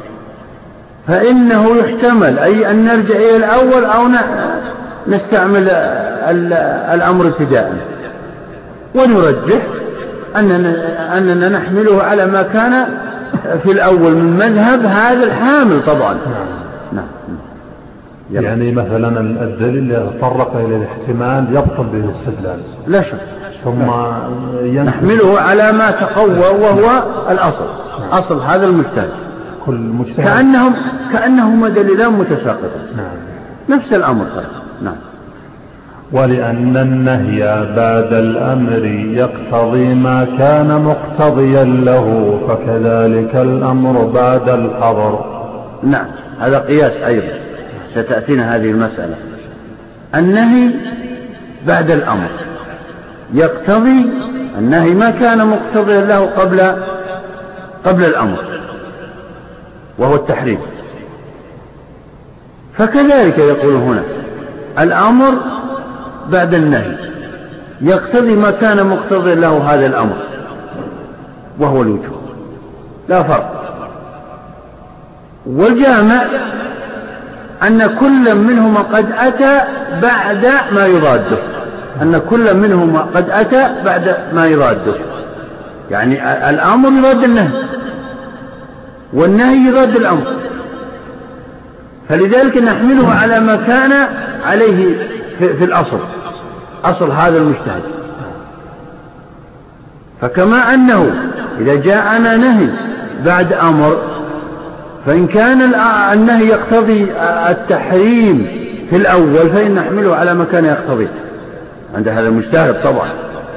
فإنه يحتمل أي أن نرجع إلى الأول أو نستعمل الأمر ابتداء، ونرجح أننا نحمله على ما كان في الأول من مذهب هذا الحامل طبعا. نعم. يعني مثلا الدليل يتطرق إلى الاحتمال يبطل به الاستدلال، لا شك، ثم نحمله على ما تقوى وهو الأصل. أصل هذا المجتهد، كل مجتهد كأنهما دليلان متساقطان. نعم. نفس الأمر. نعم. ولأن النهي بعد الأمر يقتضي ما كان مقتضيا له فكذلك الأمر بعد الحظر. نعم، هذا قياس أيضا ستأتينا هذه المسألة. النهي بعد الأمر يقتضي النهي ما كان مقتضيا له قبل الأمر وهو التحريم، فكذلك يقول هنا الأمر بعد النهي يقتضي ما كان مقتضيا له هذا الأمر وهو الوجوب، لا فرق. والجامع أن كل منهما قد أتى بعد ما يضاده، أن كل منهما قد أتى بعد ما يضاده، يعني الأمر يضاد النهي والنهي يضاد الأمر. فلذلك نحمله على ما كان عليه في الأصل، أصل هذا المجتهد. فكما أنه إذا جاءنا نهي بعد أمر، فإن كان النهي يقتضي التحريم في الأول فإن نحمله على ما كان يقتضي عند هذا المجتهد طبعا،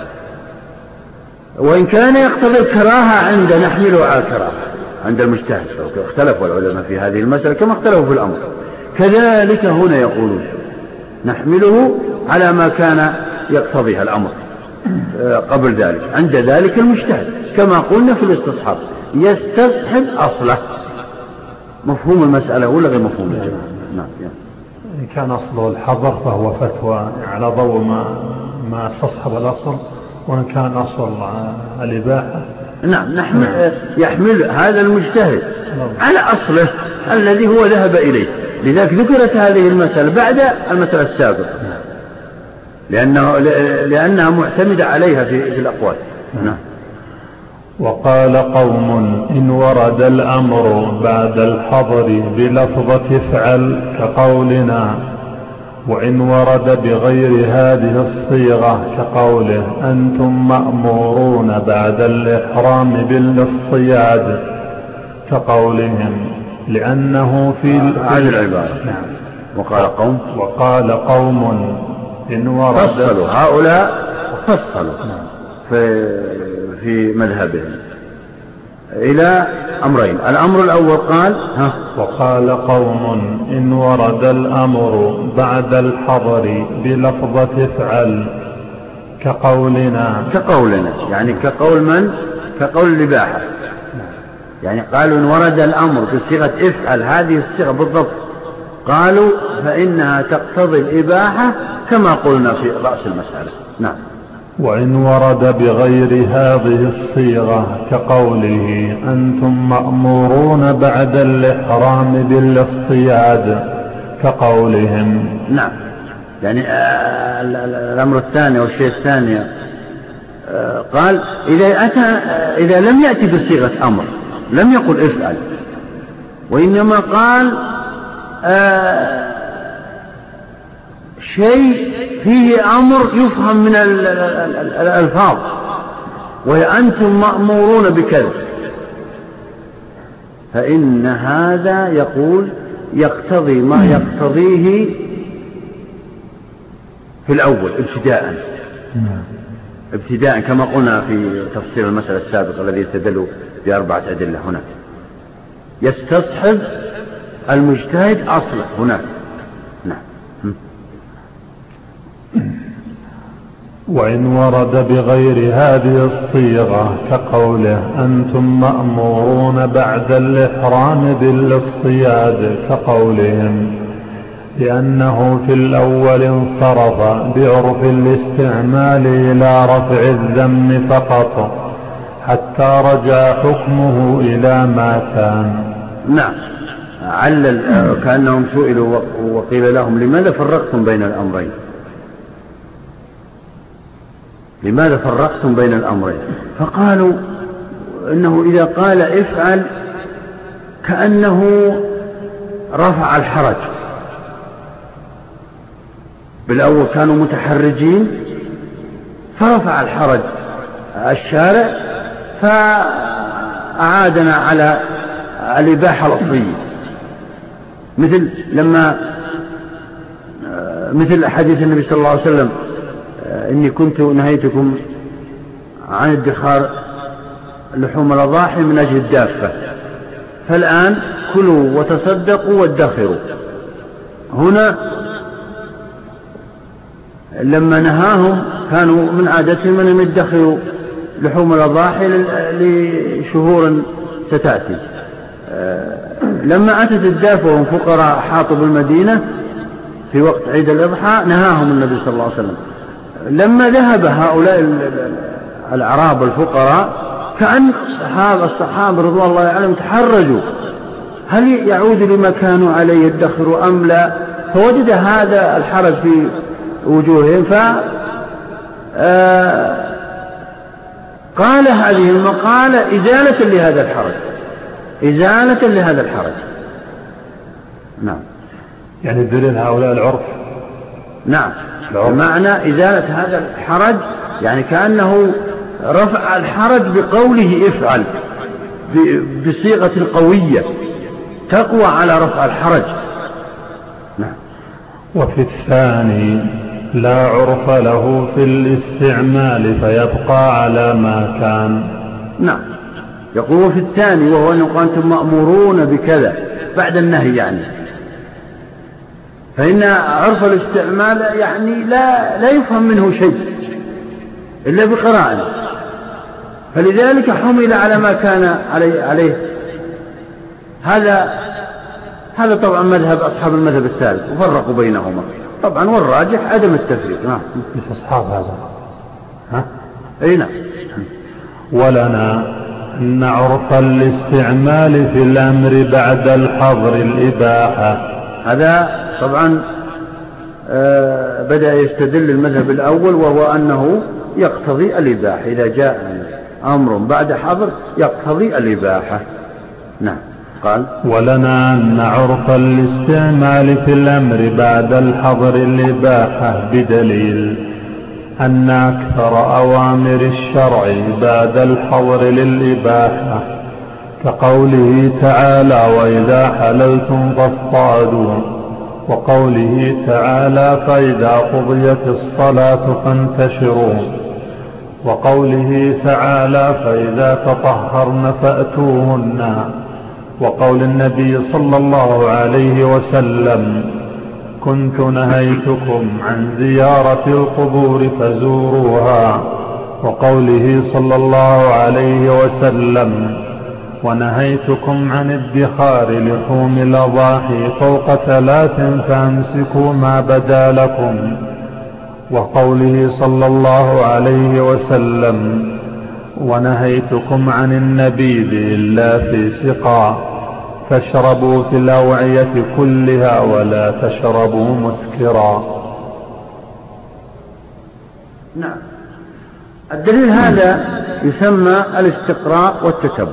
وإن كان يقتضي الكراهة عند نحمله على الكراهة عند المجتهد. اختلفوا العلماء في هذه المسألة كما اختلفوا في الأمر. كذلك هنا يقولون نحمله على ما كان يقتضيها الأمر قبل ذلك عند ذلك المجتهد، كما قلنا في الاستصحاب يستصحب أصله. مفهوم المسألة ولا غير مفهوم يا جماعة؟ نعم. إن كان أصله الحظر فهو فتوى على ضوء ما استصحب الأصل، وإن كان أصل الإباحة نعم يحمل هذا المجتهد على أصله الذي هو ذهب إليه. لذلك ذكرت هذه المسألة بعد المسألة السابقة لأنها معتمدة عليها في الأقوال. نعم. وقال قوم إن ورد الأمر بعد الحظر بلفظة افعل كقولنا، وإن ورد بغير هذه الصيغة كقوله أنتم مأمورون بعد الإحرام بالاصطياد كقولهم، لأنه في هذه العبارة. نعم. وقال قوم إن ورد فصلوا هؤلاء فصلوا في مذهبهم إلى أمرين. الأمر الأول وقال قوم إن ورد الأمر بعد الحظر بلفظة افعل كقولنا يعني كقول من؟ كقول الإباحة. يعني قالوا إن ورد الأمر بصيغة افعل هذه الصيغة بالضبط، قالوا فإنها تقتضي الإباحة كما قلنا في رأس المسألة. نعم. وإن ورد بغير هذه الصيغة كقوله أنتم مأمورون بعد الإحرام بالاصطياد كقولهم. نعم. يعني الأمر الثاني والشيء الثاني قال إذا لم يأتي بصيغة أمر لم يقل افعل، وإنما قال شيء فيه أمر يفهم من الألفاظ، وهي أنتم مأمورون بكذا، فإن هذا يقول يقتضي ما يقتضيه في الأول ابتداء كما قلنا في تفسير المسألة السابقة الذي يستدل بأربعة أدلة. هنا يستصحب المجتهد أصله هناك. نعم. وإن ورد بغير هذه الصيغة كقوله أنتم مأمورون بعد الإحرام بالاصطياد كقولهم، لأنه في الأول انصرف بعرف الاستعمال إلى رفع الذم فقط حتى رجع حكمه إلى ما كان. نعم. كأنهم سئلوا وقيل لهم لماذا فرقتم بين الأمرين؟ لماذا فرقتم بين الأمرين؟ فقالوا إنه إذا قال افعل كأنه رفع الحرج. بالأول كانوا متحرجين فرفع الحرج الشارع فأعادنا على الإباحة الأصلية، مثل حديث النبي صلى الله عليه وسلم إني كنت نهيتكم عن ادخار لحوم الأضاحي من أجل الدافة، فالآن كلوا وتصدقوا وادخروا. هنا لما نهاهم كانوا من عادتهم أن يدخروا لحوم الأضاحي لشهور ستأتي. لما أتت الدافة وهم فقراء حاطوا بالمدينة في وقت عيد الأضحى نهاهم النبي صلى الله عليه وسلم. لما ذهب هؤلاء الأعراب الفقراء كأن الصحابة رضوان الله عليهم تحرجوا، هل يعود لما كانوا عليه يدخروا أم لا؟ فوجد هذا الحرج في وجوههم قال هذه المقالة إزالة لهذا الحرج. نعم. يعني دليل هؤلاء العرف. نعم، بمعنى إزالة هذا الحرج، يعني كأنه رفع الحرج بقوله افعل بصيغة قوية تقوى على رفع الحرج. نعم. وفي الثاني لا عرف له في الاستعمال فيبقى على ما كان. نعم، يقول في الثاني وهو أنه أنتم مأمورون بكذا بعد النهي، يعني فإن عرف الاستعمال يعني لا يفهم منه شيء إلا بقراءة، فلذلك حمل على ما كان عليه. هذا طبعا مذهب أصحاب المذهب الثالث وفرقوا بينهما طبعا، والراجح عدم التفريق. نعم. مش أصحاب هذا. ها؟ أي نعم. ولنا أن عرف الاستعمال في الأمر بعد الحظر الإباحة. هذا طبعا بدأ يستدل المذهب الأول وهو أنه يقتضي الإباحة، إذا جاء أمر بعد حظر يقتضي الإباحة. نعم. قال ولنا أن عرف الاستعمال في الأمر بعد الحظر الإباحة بدليل أن أكثر أوامر الشرع بعد الحظر للإباحة، كقوله تعالى وإذا حللتم فاصطادوا، وقوله تعالى فإذا قضيت الصلاة فانتشروا، وقوله تعالى فإذا تطهرن فأتوهن، وقول النبي صلى الله عليه وسلم كنت نهيتكم عن زيارة القبور فزوروها، وقوله صلى الله عليه وسلم ونهيتكم عن ادخار لحوم الأضاحي فوق 3 فامسكوا ما بدا لكم، وقوله صلى الله عليه وسلم ونهيتكم عن النبيذ إلا في سقاء فاشربوا في الأوعية كلها ولا تشربوا مسكرا. نعم. الدليل هذا يسمى الاستقراء والتتبع.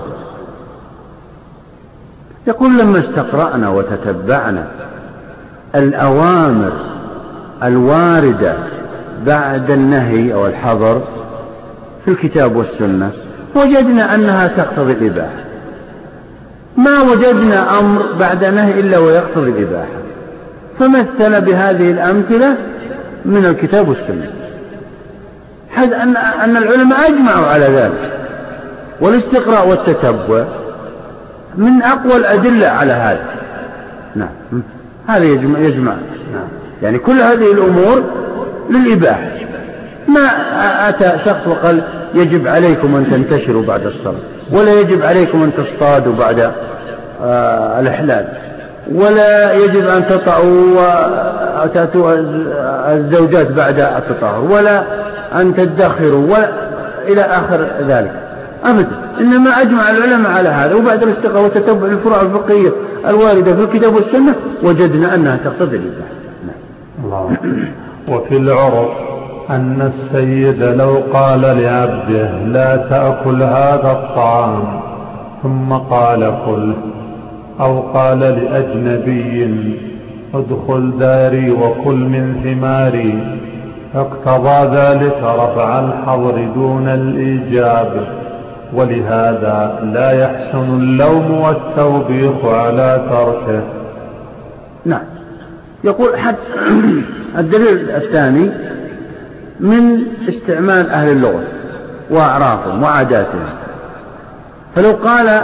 يقول لما استقرأنا وتتبعنا الأوامر الواردة بعد النهي أو الحظر في الكتاب والسنة وجدنا أنها تقتضي الإباحة، ما وجدنا أمر بعد نهي إلا ويقتضي الإباحة، فمثل بهذه الأمثلة من الكتاب والسنة، حيث أن العلماء أجمعوا على ذلك. والاستقراء والتتبع من أقوى الأدلة على هذا. نعم. هذا يجمع. نعم. يعني كل هذه الأمور للإباحة، ما أتى شخص وقال يجب عليكم أن تنتشروا بعد الصلاة، ولا يجب عليكم أن تصطادوا بعد الإحلال، ولا يجب أن تطعوا وتأتوا الزوجات بعد التطهر، ولا أن تدخروا إلى آخر ذلك أبدا. إنما أجمع العلماء على هذا، وبعد الاستقراء وتتبع الفروع الفقهية الواردة في الكتاب والسنة وجدنا أنها تقتضي الإباحة. الله. وفي العرف أن السيد لو قال لعبده لا تأكل هذا الطعام ثم قال كله، أو قال لأجنبي ادخل داري وكل من ثماري، اقتضى ذلك رفع الحظر دون الإيجاب، ولهذا لا يحسن اللوم والتوبيخ على تركه. نعم. يقول حتى الدليل الثاني من استعمال أهل اللغة وأعرافهم وعاداتهم، فلو قال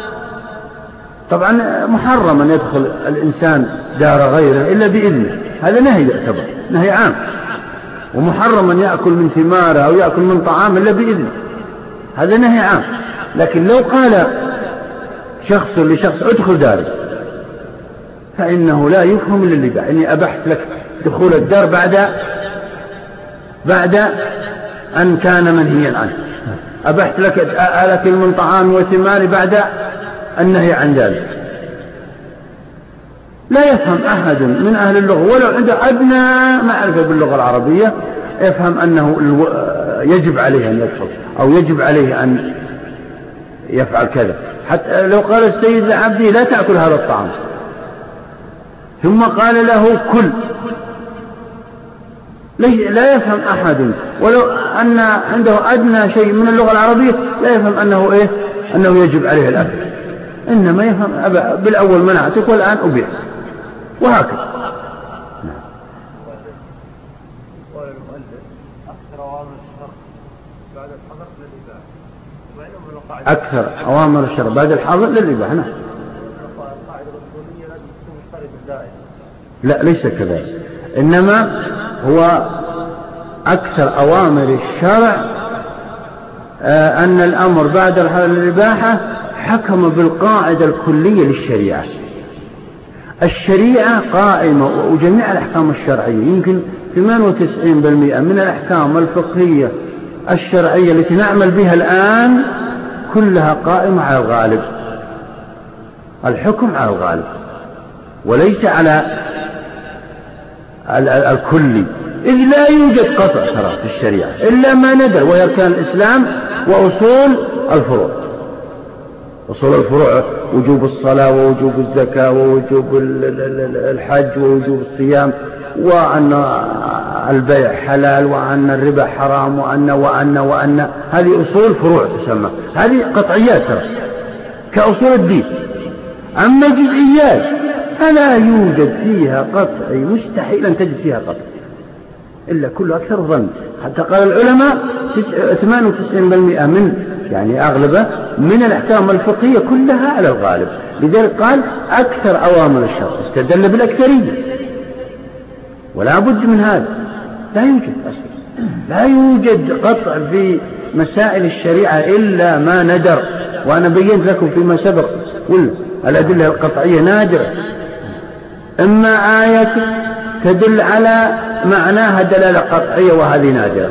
طبعا محرم أن يدخل الإنسان دار غيره إلا بإذنه، هذا نهي يعتبر نهي عام، ومحرم أن يأكل من ثماره أو يأكل من طعام إلا بإذنه، هذا نهي عام. لكن لو قال شخص لشخص ادخل داري، فإنه لا يفهم إلا الإباحة، إني أبحت لك دخول الدار بعد أن كان منهيا عنه، أبحت لك الأكل من طعام وثمار بعد النهي عن ذلك. لا يفهم أحد من أهل اللغة ولو عنده أدنى معرفة باللغة العربية يفهم أنه يجب عليه أن يدخل أو يجب عليه أن يفعل كذا. حتى لو قال السيد لعبده لا تأكل هذا الطعام، ثم قال له كل. لا يفهم أحد ولو أن عنده أدنى شيء من اللغة العربية لا يفهم أنه يجب عليه الأكل، إنما يفهم بالأول منعتك والآن أبيح، وهكذا. أكثر أوامر الشرع بعد الحظر للإباحة. نعم. لا ليس كذلك، إنما هو أكثر أوامر الشرع أن الأمر بعد الحظر للإباحة حكم بالقاعدة الكلية للشريعة. الشريعة قائمة وجميع الأحكام الشرعية يمكن 98% من الأحكام الفقهية الشرعية التي نعمل بها الآن كلها قائمة على الغالب، الحكم على الغالب وليس على الكلي، إذ لا يوجد قطع ترى في الشريعة إلا ما ندر، وهي أركان الإسلام وأصول الفروع. أصول الفروع وجوب الصلاة ووجوب الزكاة ووجوب الحج ووجوب الصيام، وأن البيع حلال وأن الربا حرام وأن هذه أصول فروع تسمى، هذه قطعيات كأصول الدين. أما الجزئيات فلا يوجد فيها قطع، مستحيل أن تجد فيها قطع إلا كل أكثر ظن. حتى قال العلماء 98% من يعني أغلبه من الأحكام الفقهية كلها على الغالب، لذلك قال أكثر أوامر الشرع، استدل بالأكثرية، ولا بد من هذا. لا يوجد أصلا، لا يوجد قطع في مسائل الشريعة إلا ما ندر، وأنا بينت لكم فيما سبق الأدلة القطعية نادرة، إما آية تدل على معناها دلالة قطعية وهذه نادرة،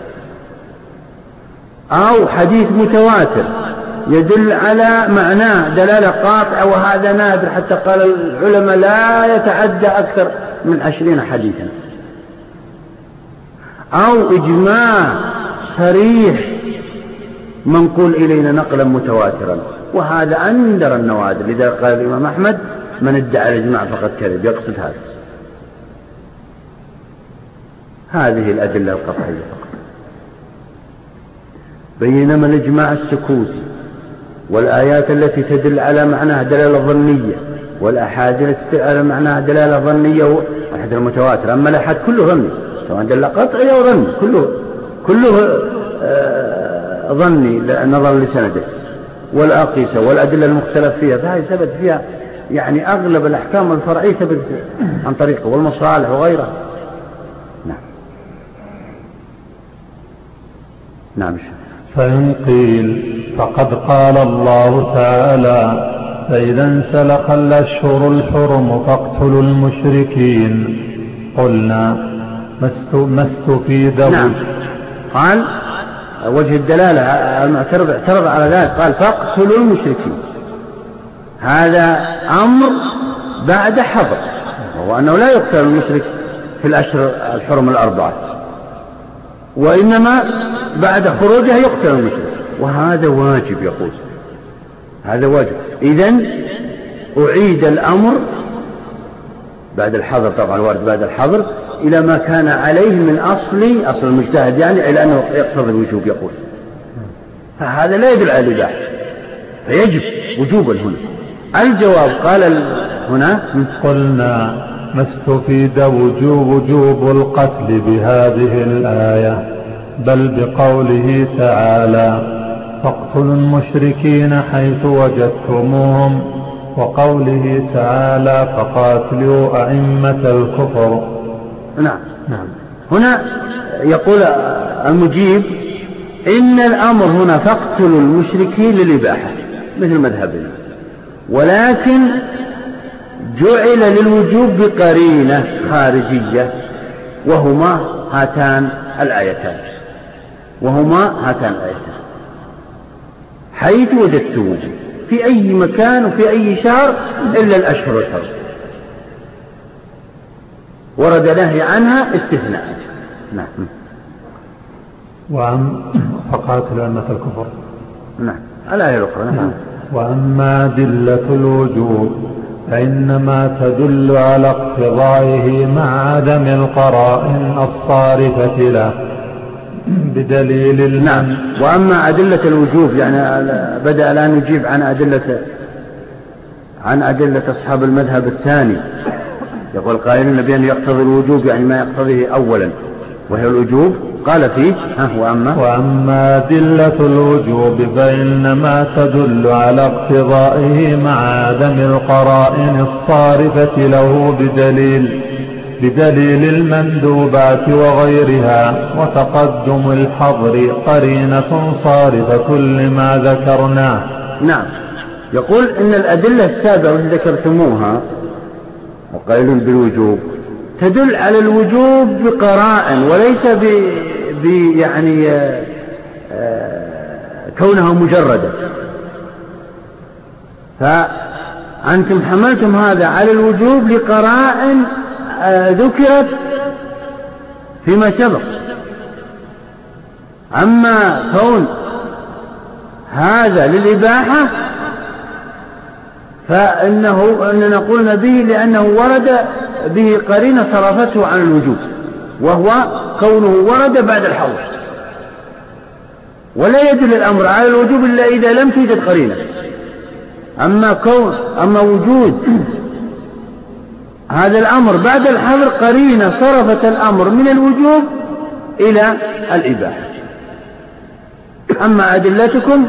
أو حديث متواتر يدل على معناه دلالة قاطعة وهذا نادر، حتى قال العلماء لا يتعدى أكثر من 20 حديثا، أو إجماع صريح منقول إلينا نقلا متواترا، وهذا أندر النوادر. لذا قال الإمام أحمد من ادعى الإجماع فقد كذب، يقصد هذه الأدلة القطعية فقط. بينما الإجماع السكوتي والآيات التي تدل على معناها دلالة ظنية والأحاديث التي تدل على معناها دلالة ظنية والحديث المتواتر، أما الأحاد كله ظني سواء دل قطعي أو ظني، كله ظني نظرا لسنده، والأقيسة والأدلة المختلف فيها فهي ثبت فيها يعني أغلب الأحكام الفرعية ثبت عن طريقه والمصالح وغيرها. نعم. فإن قيل فقد قال الله تعالى فإذا انسلخ الأشهر الحرم فاقتلوا المشركين، قلنا ما استفيد. نعم. قال وجه الدلالة المعترض اعترض على ذلك، قال فاقتلوا المشركين، هذا أمر بعد حظر، وهو أنه لا يقتل المشرك في الأشهر الحرم الأربعة، وإنما بعد خروجها يقتل المشرك، وهذا واجب. يقول هذا واجب. إذن أعيد الأمر بعد الحظر، طبعا وارد بعد الحظر، إلى ما كان عليه من أصل المجتهد، يعني إلى أنه يقتضي الوجوب. يقول فهذا لا يدل على الإباحة، فيجب وجوبا هنا. الجواب قال هنا قلنا ما استفيد وجوب القتل بهذه الآية، بل بقوله تعالى فاقتلوا المشركين حيث وجدتموهم، وقوله تعالى فقاتلوا أئمة الكفر. نعم. هنا يقول المجيب إن الأمر هنا فاقتلوا المشركين للإباحة مثل مذهبنا، ولكن جعل للوجوب بقرينة خارجية، وهما هاتان الآيتان حيث وجدتموه في أي مكان وفي أي شهر إلا الأشهر الحرم، ورد نهي عنها استثناء. نعم. فقاتلوا أئمة الكفر. نعم. الآية الأخرى. نعم. وأما أدلة الوجوب فإنما تدل على اقتضائه مع عدم القرائن الصارفة له بدليل نعم. وأما أدلة الوجوب يعني بدأ الآن يجيب عن أدلة أصحاب المذهب الثاني. يقول قائلين بأن يقتضي الوجوب يعني ما يقتضيه أولا وهي الوجوب. قال فيه وأما أدلة الوجوب فإنما تدل على اقتضائه مع عدم القرائن الصارفة له بدليل المندوبات وغيرها، وتقدم الحظر قرينة صارفة لما ذكرناه. نعم. يقول إن الأدلة السابقة التي ذكرتموها وقائل بالوجوب تدل على الوجوب بقرائن وليس يعني كونها مجردة. فأنتم حملتم هذا على الوجوب لقرائن ذكرت فيما سبق. أما كون هذا للإباحة فإننا قلنا به لأنه ورد به قرينة صرفته عن الوجوب، وهو كونه ورد بعد الحظر، ولا يدل الأمر على الوجوب إلا إذا لم توجد قرينة. أما وجود هذا الأمر بعد الحظر قرينة صرفت الأمر من الوجوب إلى الإباحة. أما أدلتكم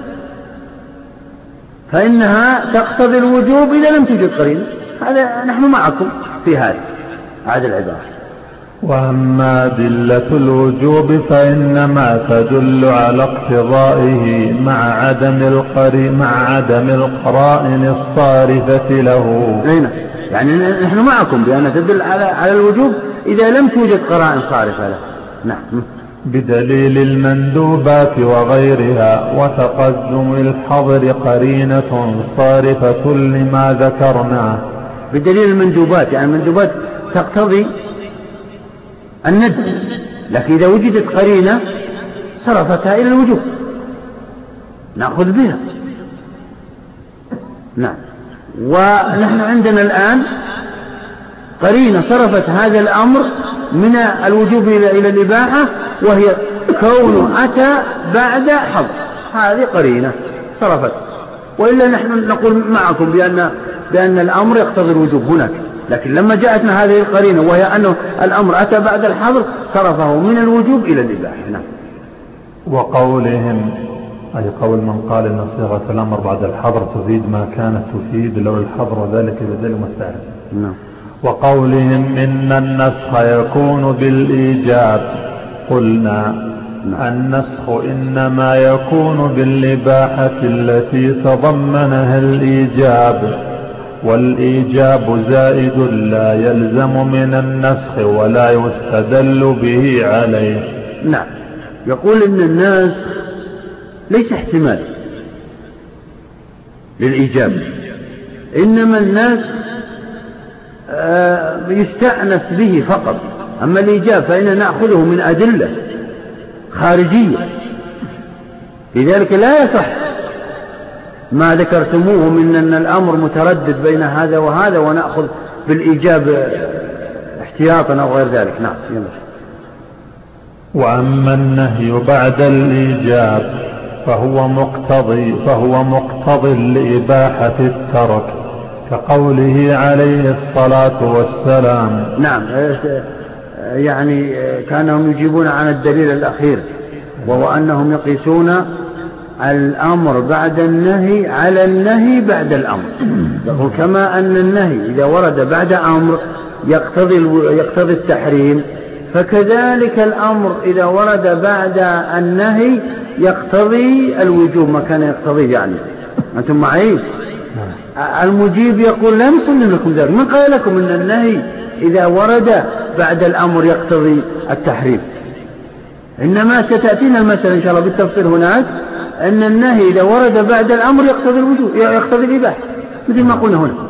فإنها تقتضي الوجوب إذا لم توجد قرينة. هذا نحن معكم في هذه العبارة. وأما أدلة الوجوب فإنما تدل على اقتضائه مع عدم القرائن الصارفة له. يعني نحن معكم بأن تدل على الوجوب إذا لم توجد قرائن صارفة له. نعم. بدليل المندوبات وغيرها، وتقدم الحظر قرينة صارفة لما ذكرناه. بدليل المندوبات يعني المندوبات تقتضي الندب، لكن إذا وجدت قرينة صرفتها إلى الوجوب نأخذ بها. نعم. ونحن عندنا الآن قرينة صرفت هذا الأمر من الوجوب إلى الإباحة، وهي كونه أتى بعد حظر. هذه قرينة صرفت، وإلا نحن نقول معكم بأن الأمر يقتضي الوجوب هناك، لكن لما جاءتنا هذه القرينة وهي أنه الأمر أتى بعد الحظر صرفه من الوجوب إلى الإباحة. نعم. وقولهم أي قول من قال إن صيغة الأمر بعد الحظر تفيد ما كانت تفيد لو الحظر ذلك بدل مثال. نعم. وقولهم إن النسخ يكون بالإيجاب قلنا النسخ إنما يكون بالإباحة التي تضمنها الإيجاب، والإيجاب زائد لا يلزم من النسخ ولا يستدل به عليه. نعم. يقول إن النسخ ليس احتمال للإيجاب، إنما النسخ يستأنس به فقط. أما الإيجاب فإننا نأخذه من أدلة خارجية، لذلك لا يصح ما ذكرتموه من أن الأمر متردد بين هذا وهذا ونأخذ بالإيجاب احتياطا أو غير ذلك. نعم. وأما النهي بعد الإيجاب فهو مقتضي لإباحة الترك، كقوله عليه الصلاة والسلام. نعم. يعني كانهم يجيبون عن الدليل الأخير، وهو أنهم يقيسون الأمر بعد النهي على النهي بعد الأمر. يقول كما أن النهي إذا ورد بعد أمر يقتضي التحريم، فكذلك الأمر إذا ورد بعد النهي يقتضي الوجوب ما كان يقتضيه. يعني أنتم معي؟ المجيب يقول لا نسلم لكم ذلك. من قال لكم أن النهي إذا ورد بعد الأمر يقتضي التحريم؟ إنما ستأتينا المسألة إن شاء الله بالتفصيل هناك أن النهي إذا ورد بعد الأمر يقتضي الوجوب، يقتضي الإباحة مثل ما قلنا هنا.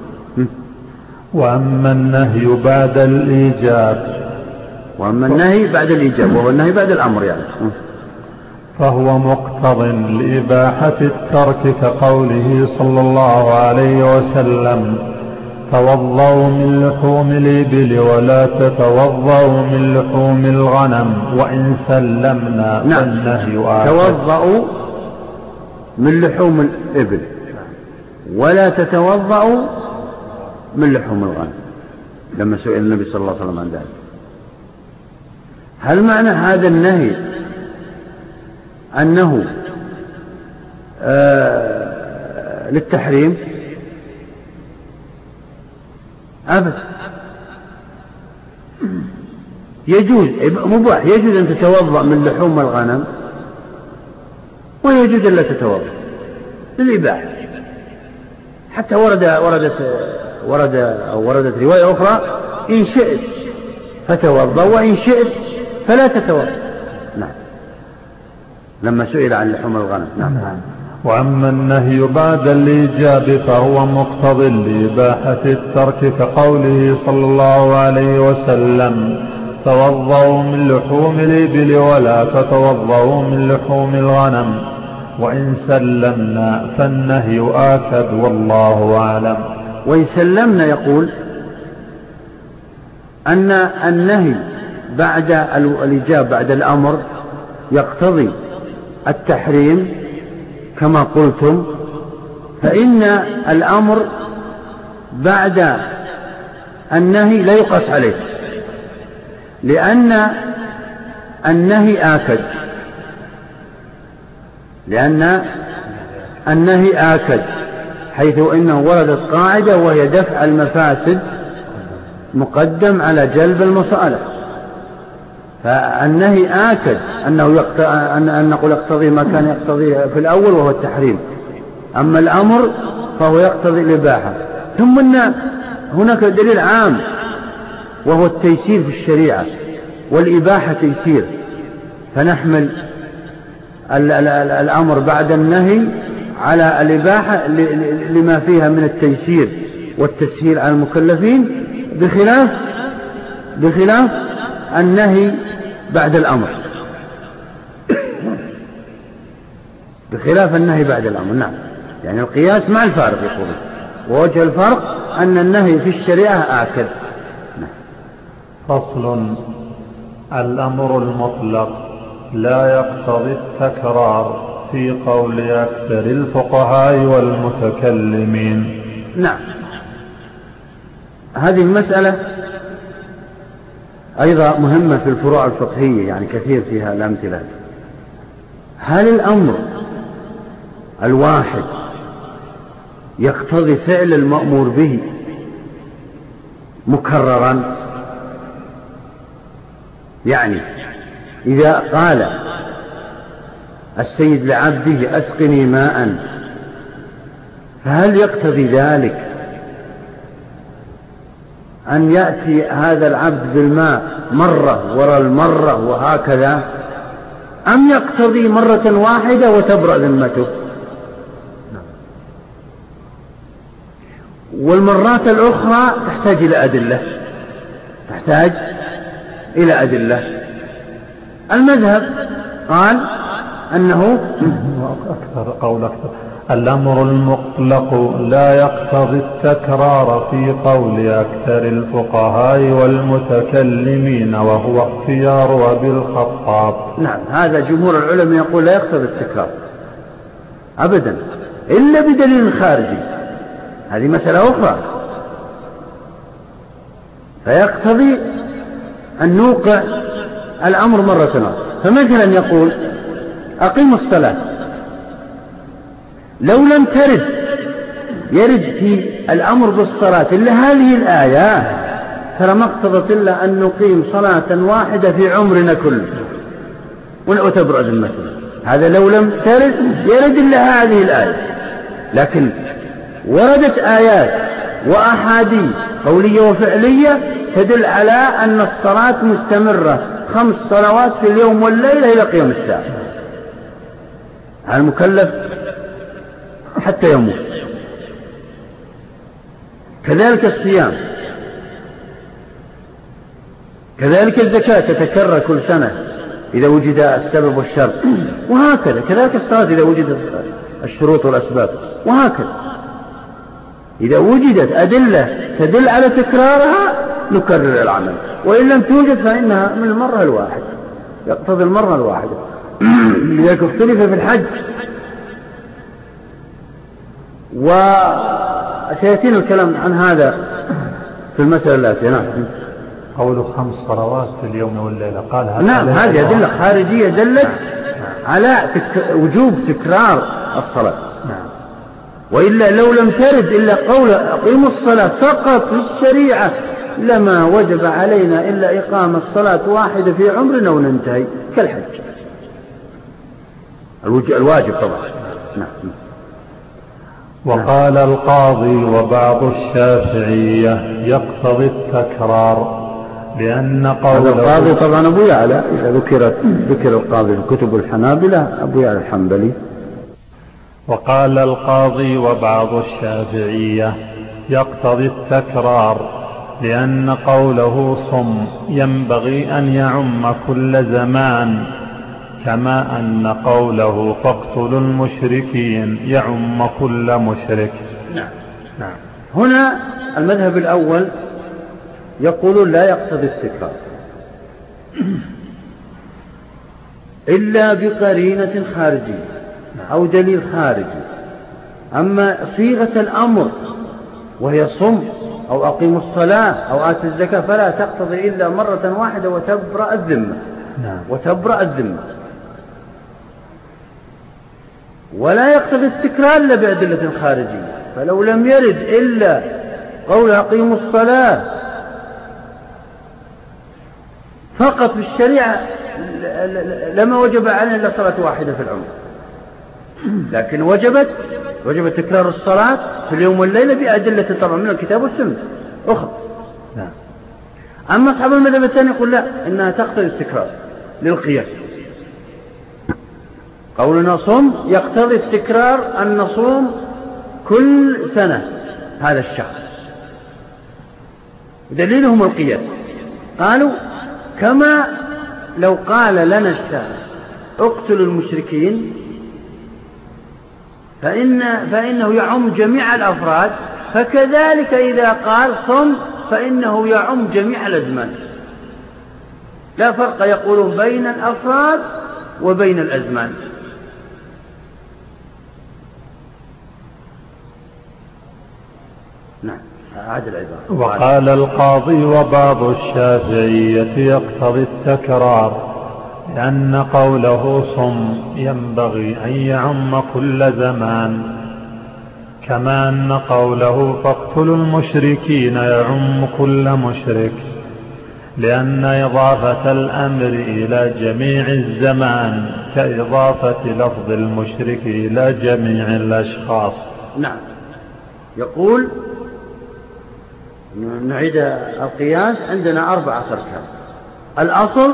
وأما النهي بعد الإيجاب وهو النهي بعد الأمر يعني فهو مقتض لإباحة الترك كقوله صلى الله عليه وسلم: توضؤوا من لحوم الإبل ولا تتوضؤوا من لحوم الغنم وإن سلمنا. فالنهي آكد. توضؤوا من لحوم الإبل ولا تتوضؤوا من لحوم الغنم، لما سئل النبي صلى الله عليه وسلم عن ذلك. هل معنى هذا النهي أنه للتحريم؟ أبدا، يجوز مباح، يجوز أن تتوضأ من لحوم الغنم ويجوز أن لا تتوضأ للإباحة. حتى وردت رواية أخرى: إن شئت فتوضأ وإن شئت فلا تتوضأ. نعم، لما سئل عن لحوم الغنم. نعم. وأما النهي بعد الإيجاب فهو مقتض لإباحة الترك كقوله صلى الله عليه وسلم: توضؤوا من لحوم الإبل ولا تتوضؤوا من لحوم الغنم وإن سلمنا. فالنهي آكد والله أعلم. وإن سلمنا يقول أن النهي بعد الإيجاب بعد الأمر يقتضي التحريم كما قلتم، فإن الأمر بعد النهي لا يقاس عليه، لأن النهي آكد، حيث إنه وردت قاعدة وهي دفع المفاسد مقدم على جلب المصالح. فالنهي آكد أن نقول يقتضي ما كان يقتضي في الأول وهو التحريم، أما الأمر فهو يقتضي الإباحة. ثم أن هناك دليل عام وهو التيسير في الشريعة، والإباحة تيسير، فنحمل الأمر بعد النهي على الإباحة لما فيها من التيسير والتسهيل على المكلفين، بخلاف النهي بعد الأمر، نعم. يعني القياس مع الفارق يقول، ووجه الفرق أن النهي في الشريعة آكد. نعم. فصل: الأمر المطلق لا يقتضي التكرار في قول أكثر الفقهاء والمتكلمين. نعم، هذه المسألة أيضا مهمة في الفروع الفقهية، يعني كثير فيها الأمثلة. هل الأمر الواحد يقتضي فعل المأمور به مكررا؟ يعني إذا قال السيد لعبده أسقني ماء، فهل يقتضي ذلك أن يأتي هذا العبد بالماء مرة وراء المرة وهكذا، أم يقتضي مرة واحدة وتبرأ ذمته؟ والمرات الأخرى تحتاج إلى أدلة. المذهب قال أنه أكثر الأمر المطلق لا يقتضي التكرار في قول أكثر الفقهاء والمتكلمين، وهو اختيار أبي الخطاب. نعم، هذا جمهور العلماء يقول لا يقتضي التكرار أبدا إلا بدليل خارجي، هذه مسألة أخرى. فيقتضي أن نوقع الأمر مرة أخرى. فمثلا يقول أقيم الصلاة، لو لم يرد في الأمر بالصلاة إلا هذه الآية، ترى ما اقتضت إلا أن نقيم صلاة واحدة في عمرنا كله وتبرأ ذمتنا. هذا لو لم يرد إلا هذه الآية. لكن وردت آيات وأحاديث قولية وفعلية تدل على أن الصلاة مستمرة 5 صلوات في اليوم والليلة إلى قيام الساعة على المكلف حتى يموت. كذلك الصيام، كذلك الزكاة تتكرر كل سنة إذا وجد السبب والشرط، وهكذا. كذلك الصلاة إذا وجدت الشروط والأسباب، وهكذا. إذا وجدت أدلة تدل على تكرارها نكرر العمل، وإن لم توجد فإنها من المرة الواحدة، يقتضي المرة الواحدة. لذلك اختلف في الحج، وسيأتينا الكلام عن هذا في المسألة التي قول 5 صلوات في اليوم والليلة، قال هذا نعم، هذه أدلة خارجية دلت على وجوب تكرار الصلاة. وإلا لو لم ترد إلا قول أقيموا الصلاة فقط في الشريعة لما وجب علينا إلا إقامة صلاة واحدة في عمرنا وننتهي كالحج، الواجب طبعا. نعم. وقال القاضي وبعض الشافعية يقتضي التكرار، لأن قوله القاضي طبعا أبو يعلى، إذا ذكر القاضي في كتب الحنابلة أبو يعلى الحنبلي. وقال القاضي وبعض الشافعية يقتضي التكرار، لأن قوله صم ينبغي أن يعم كل زمان، كما أن قوله فاقتلوا المشركين يعم كل مشرك. نعم. هنا المذهب الأول يقول لا يقتضي التكرار إلا بقرينة خارجية أو دليل خارجي. أما صيغة الأمر وهي صم أو أقيموا الصلاة أو آتوا الزكاة فلا تقتضي إلا مرة واحدة وتبرأ الذمة. وتبرأ الذمة. ولا يقتضي التكرار إلا بأدلة خارجية، فلو لم يرد إلا قول أقيموا الصلاة فقط في الشريعة لما وجب علينا إلا صلاة واحدة في العمر، لكن وجب تكرار الصلاة في اليوم والليلة بأدلة طبعا من الكتاب والسنة أخرى. أما أصحاب المذهب الثاني يقول لا، إنها تقتضي التكرار للقياس. قولنا صم يقتضي التكرار أن نصوم كل سنة هذا الشهر، دليلهم القياس. قالوا كما لو قال لنا الشارع اقتلوا المشركين فإنه يعم جميع الأفراد، فكذلك إذا قال صم فإنه يعم جميع الأزمان، لا فرق يقولون بين الأفراد وبين الأزمان. نعم. وقال القاضي وبعض الشافعية يقتضي التكرار، لأن قوله صم ينبغي أن يعم كل زمان، كما أن قوله فاقتلوا المشركين يعم كل مشرك، لأن إضافة الأمر إلى جميع الزمان كإضافة لفظ المشرك إلى جميع الأشخاص. نعم. يقول نعيد القياس، عندنا 4 أركان. الأصل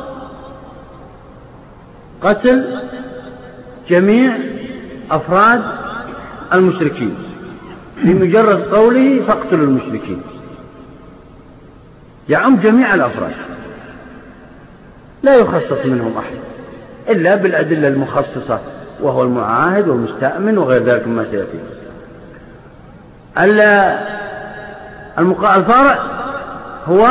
قتل جميع أفراد المشركين بمجرد قوله فاقتلوا المشركين، يعم جميع الأفراد لا يخصص منهم أحد إلا بالأدلة المخصصة، وهو المعاهد والمستأمن وغير ذلك مما سيأتي. الفرع هو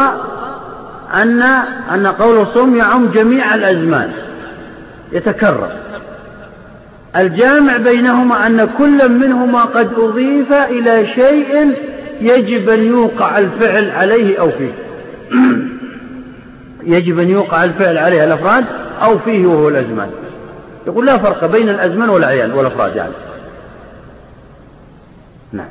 أن قول صوم يعم جميع الأزمان يتكرر. الجامع بينهما أن كل منهما قد أضيف إلى شيء يجب أن يوقع الفعل عليه أو فيه يجب أن يوقع الفعل عليه الأفراد أو فيه وهو الأزمان. يقول لا فرق بين الأزمان والعيان والأفراد يعني. نعم.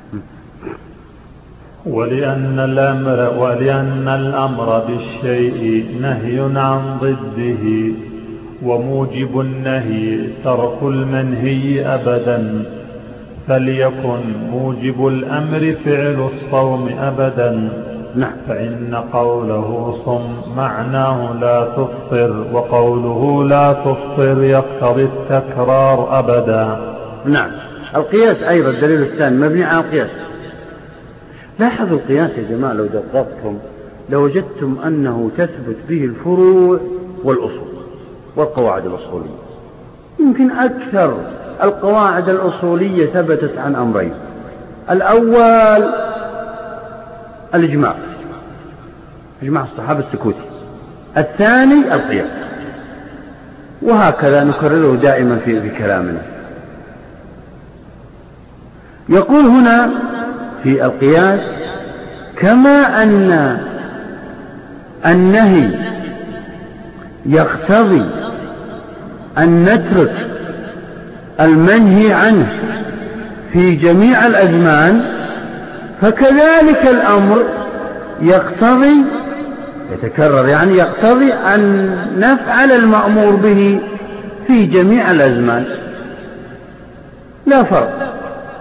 ولأن الأمر بالشيء نهي عن ضده، وموجب النهي ترك المنهي أبدا، فليكن موجب الأمر فعل الصوم أبدا. نعم. فإن قوله صم معناه لا تفطر، وقوله لا تفطر يقتضي التكرار أبدا. نعم. القياس أيضا الدليل الثاني مبني على القياس. لاحظوا القياس يا جماعة، لو دققتم لوجدتم أنه تثبت به الفروع والأصول. والقواعد الأصولية. يمكن أكثر القواعد الأصولية ثبتت عن أمرين: الأول الإجماع، إجماع الصحابة السكوتي، الثاني القياس، وهكذا نكرره دائما في كلامنا. يقول هنا في القياس: كما أن النهي يقتضي أن نترك المنهي عنه في جميع الأزمان، فكذلك الأمر يقتضي، يتكرر يعني، يقتضي أن نفعل المأمور به في جميع الأزمان، لا فرق.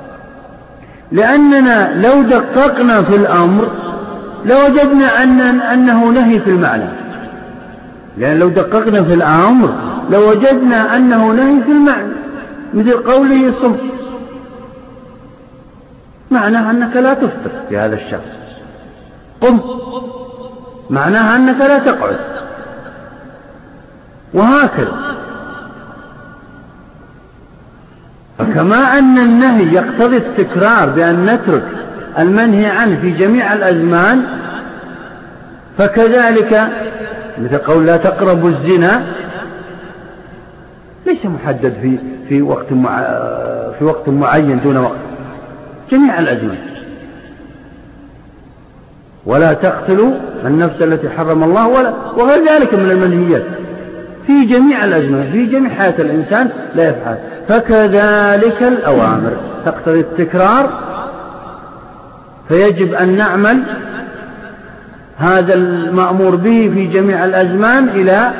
لأننا لو دققنا في الأمر لوجدنا أنه نهي في المعنى، لأن لو دققنا في الأمر لوجدنا أنه نهي في المعنى، مثل قوله صم، معناه أنك لا تفطر في هذا الشهر. قم، معناها أنك لا تقعد، وهكذا. فكما أن النهي يقتضي التكرار بأن نترك المنهي عنه في جميع الأزمان، فكذلك مثل قول لا تقربوا الزنا ليس محدد في وقت معين دون وقت، جميع الأزمان. ولا تقتلوا النفس التي حرم الله وغير ذلك من المنهيات في جميع الأزمان، في جميع حياة الإنسان لا يفعل. فكذلك الأوامر تقتضي التكرار، فيجب أن نعمل هذا المأمور به في جميع الأزمان إلى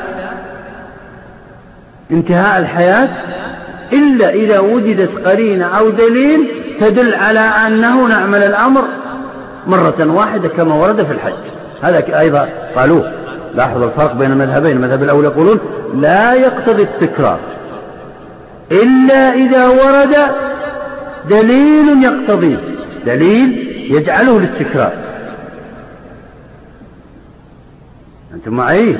انتهاء الحياة، إلا إذا وجدت قرينة أو دليل تدل على أنه نعمل الأمر مرة واحدة كما ورد في الحج. هذا أيضا قالوه. لاحظوا الفرق بين المذهبين. المذهب الأول يقولون لا يقتضي التكرار إلا إذا ورد دليل يقتضيه، دليل يجعله للتكرار. أنتم معي؟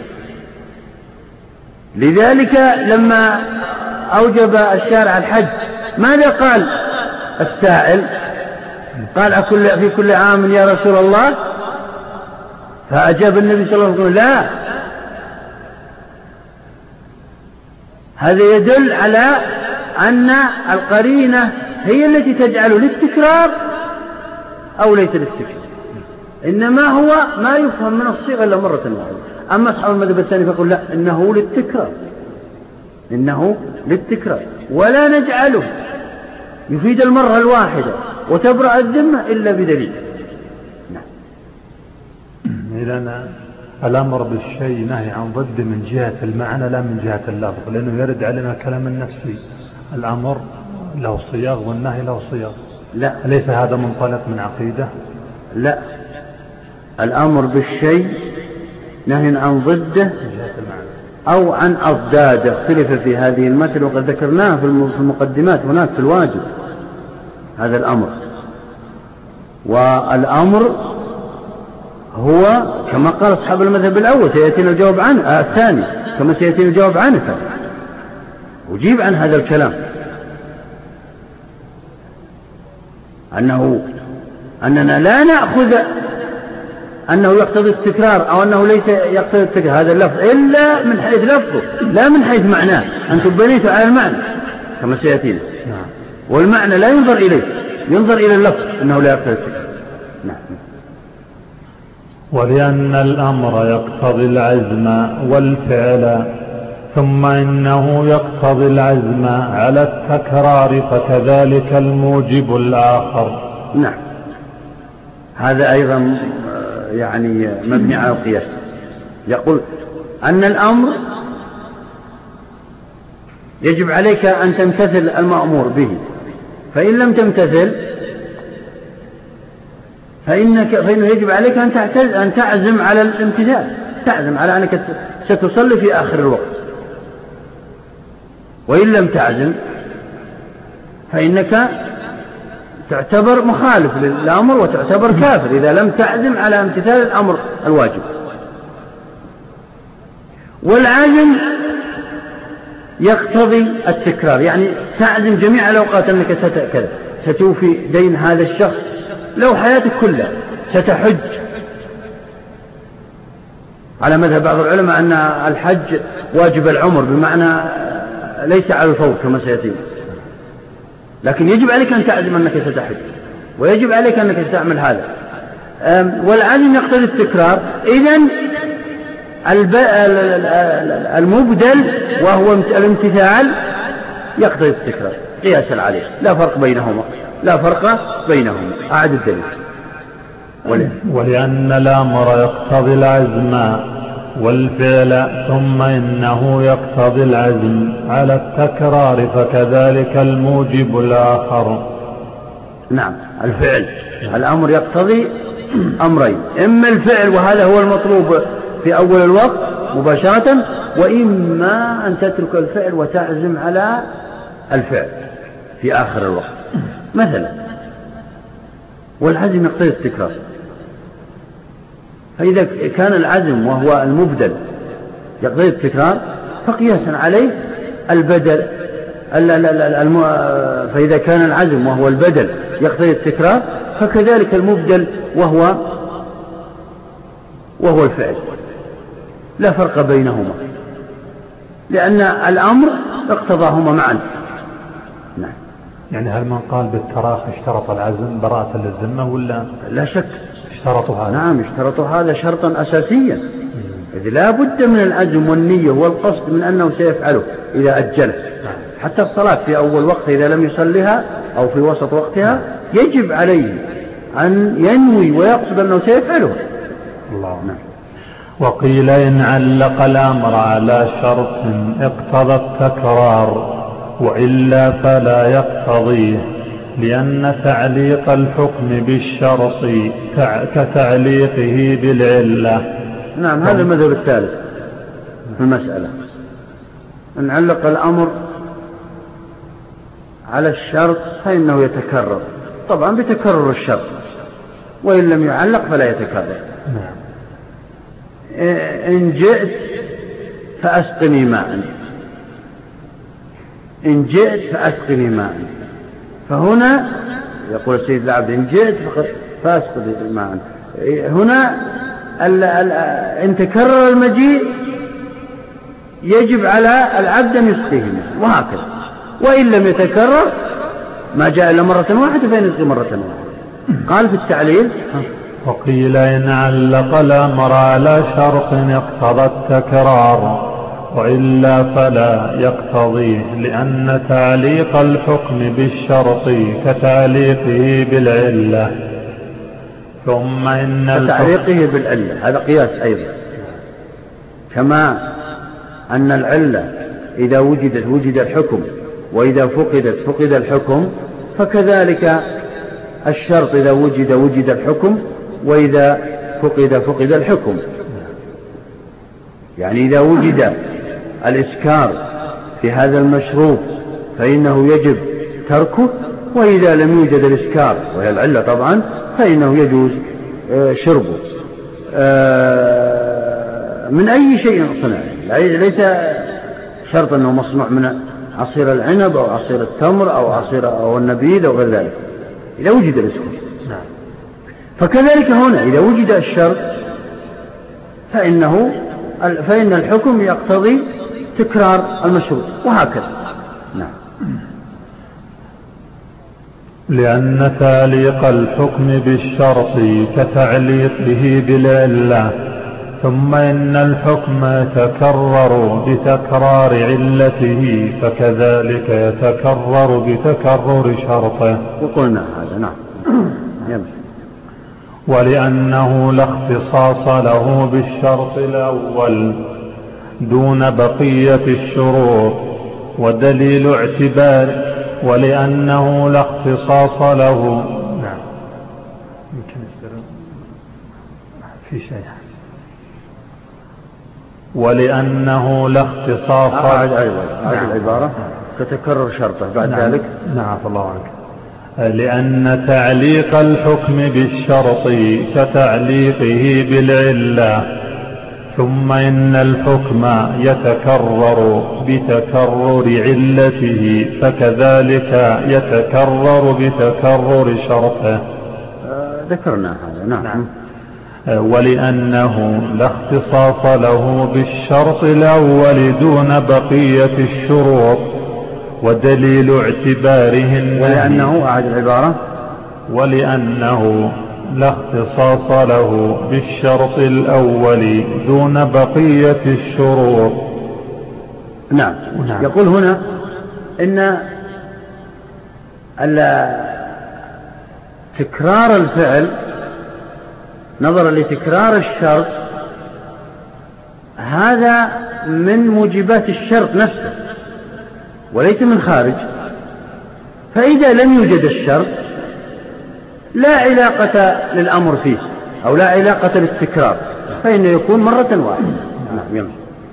لذلك لما أوجب الشارع الحج ماذا قال السائل؟ قال في كل عام يا رسول الله؟ فأجاب النبي صلى الله عليه وسلم لا، هذا يدل على أن القرينة هي التي تجعله للتكرار أو ليس للتكرار، إنما هو ما يفهم من الصيغة إلا مرة واحدة. أما أصحاب المذهب الثاني فيقول لا، إنه للتكرار، إنه للتكرار، ولا نجعله يفيد المرة الواحدة وتبرأ الذمة إلا بدليل. إذن الأمر بالشيء نهي عن ضد من جهة المعنى لا من جهة اللفظ، لأنه يرد علينا الكلام النفسي، الأمر له صياغ والنهي له صياغ. لا، أليس هذا منطلق من عقيدة؟ لا، الأمر بالشيء نهي عن ضده أو عن أضداده، اختلف في هذه المسألة وقد ذكرناها في المقدمات هناك في الواجب. هذا الأمر، والأمر هو كما قال أصحاب المذهب الأول سيأتينا الجواب عنه، الثاني كما سيأتينا الجواب عنه، أجيب عن هذا الكلام، أننا لا نأخذ أنه يقتضي التكرار أو أنه ليس يقتضي التكرار هذا اللفظ إلا من حيث لفظه لا من حيث معناه. أنتم بنيتوا على المعنى كما سيأتينا، والمعنى لا ينظر إليه، ينظر إلى اللفظ أنه لا يقتضي التكرار. ولأن الأمر يقتضي العزم والفعل، ثم إنه يقتضي العزم على التكرار، فكذلك الموجب الآخر. نعم، هذا أيضا يعني مبني على القياس. يقول أن الأمر يجب عليك أن تمتثل المأمور به، فإن لم تمتثل فإنه يجب عليك أن تعزم على الامتثال، تعزم على أنك ستصلي في آخر الوقت، وإن لم تعزم فإنك تعتبر مخالف للأمر وتعتبر كافر إذا لم تعزم على امتثال الأمر الواجب. والعزم يقتضي التكرار، يعني تعزم جميع الأوقات أنك ستوفي دين هذا الشخص لو حياتك كلها، ستحج على مذهب بعض العلماء أن الحج واجب العمر، بمعنى ليس على الفور كما سيأتي، لكن يجب عليك أن تعزم أنك ستحج، ويجب عليك أنك ستعمل هذا. والعزم يقتضي التكرار. إذن المبدل وهو الامتثال يقتضي التكرار قياسا عليه، لا فرق بينهما، لا فرق بينهما. أعد الدليل. ولأن الأمر يقتضي العزم والفعل، ثم إنه يقتضي العزم على التكرار، فكذلك الموجب الآخر. نعم، الفعل، الأمر يقتضي أمرين، إما الفعل وهذا هو المطلوب في أول الوقت مباشرة، وإما أن تترك الفعل وتعزم على الفعل في آخر الوقت مثلا. والعزم يقتضي التكرار، فإذا كان العزم وهو المبدل يقتضي التكرار فقياسا عليه البدل، فإذا كان العزم وهو البدل يقتضي التكرار فكذلك المبدل وهو الفعل، لا فرق بينهما، لأن الأمر اقتضاهما معا. نعم. يعني هل من قال بالتراخي اشترط العزم براءة للذمة ولا؟ لا شك اشترطوا هذا. نعم، اشترطوا هذا شرطا أساسيا، إذ لا بد من العزم والنية والقصد من أنه سيفعله إذا أجله. حتى الصلاة في أول وقت إذا لم يصليها أو في وسط وقتها يجب عليه أن ينوي ويقصد أنه سيفعله. الله. نعم. وقيل إن علق الأمر على شرط اقتضى التكرار، وإلا فلا يقتضيه، لأن تعليق الحكم بالشرط كتعليقه بالعلة. نعم، هذا المذهب الثالث في المسألة، إن علق الأمر على الشرط فإنه يتكرر، طبعا بتكرر الشرط، وإن لم يعلق فلا يتكرر. نعم. إن جئت فأسقني ماء، إن جئت فأسقني ماء، فهنا يقول السيد العبد إن جئت فأسقني ماء، هنا إن تكرر المجيء يجب على العبد أن يسقيه ماء، وهكذا. وإن لم يتكرر ما جاء إلا مرة واحدة فإن يسقي مرة واحدة. قال في التعليل وقيل إن علق الأمر على شرط اقتضى التكرار، وإلا فلا يقتضيه، لأن تعليق الحكم بالشرط كتعليقه بالعلة. ثم إن كتعليقه بالعلة، هذا قياس أيضا، كما أن العلة إذا وجدت وجد الحكم، وإذا فقد الحكم، فكذلك الشرط إذا وجد الحكم، وإذا فقد الحكم. يعني إذا وجد الإسكار في هذا المشروب فإنه يجب تركه، وإذا لم يوجد الإسكار وهي العلة طبعا فإنه يجوز شربه من أي شيء صنع، ليس شرط أنه مصنوع من عصير العنب أو عصير التمر أو عصير أو النبيذ أو غير ذلك، إذا وجد الإسكار. نعم. فكذلك هنا إذا وجد الشرط فإن الحكم يقتضي تكرار المشروط، وهكذا. نعم. لأن تعليق الحكم بالشرط كتعليقه بالعلة. ثم إن الحكم يتكرر بتكرار علته، فكذلك يتكرر بتكرر شرطه. وقلنا هذا. نعم. ولأنه لا اختصاص له بالشرط الأول دون بقية الشروط، ودليل اعتبار ولأنه لا اختصاص له. نعم. يمكن في شيء. ولأنه لا اختصاص. أعد العبارة كتكرر شرطه بعد ذلك. نعم. الله عنك. لأن تعليق الحكم بالشرط كتعليقه بالعلة، ثم إن الحكم يتكرر بتكرر علته فكذلك يتكرر بتكرر شرطه. ذكرنا هذا. نعم. ولأنه لا اختصاص له بالشرط الأول دون بقية الشروط ودليل اعتباره ولأنه أعد العبارة ولأنه لا اختصاص له بالشرط الأول دون بقية الشروط. نعم. يقول هنا إن تكرار الفعل نظرا لتكرار الشرط هذا من موجبات الشرط نفسه وليس من خارج. فإذا لم يوجد الشرط لا علاقة للأمر فيه أو لا علاقة للتكرار فإنه يكون مرة واحدة.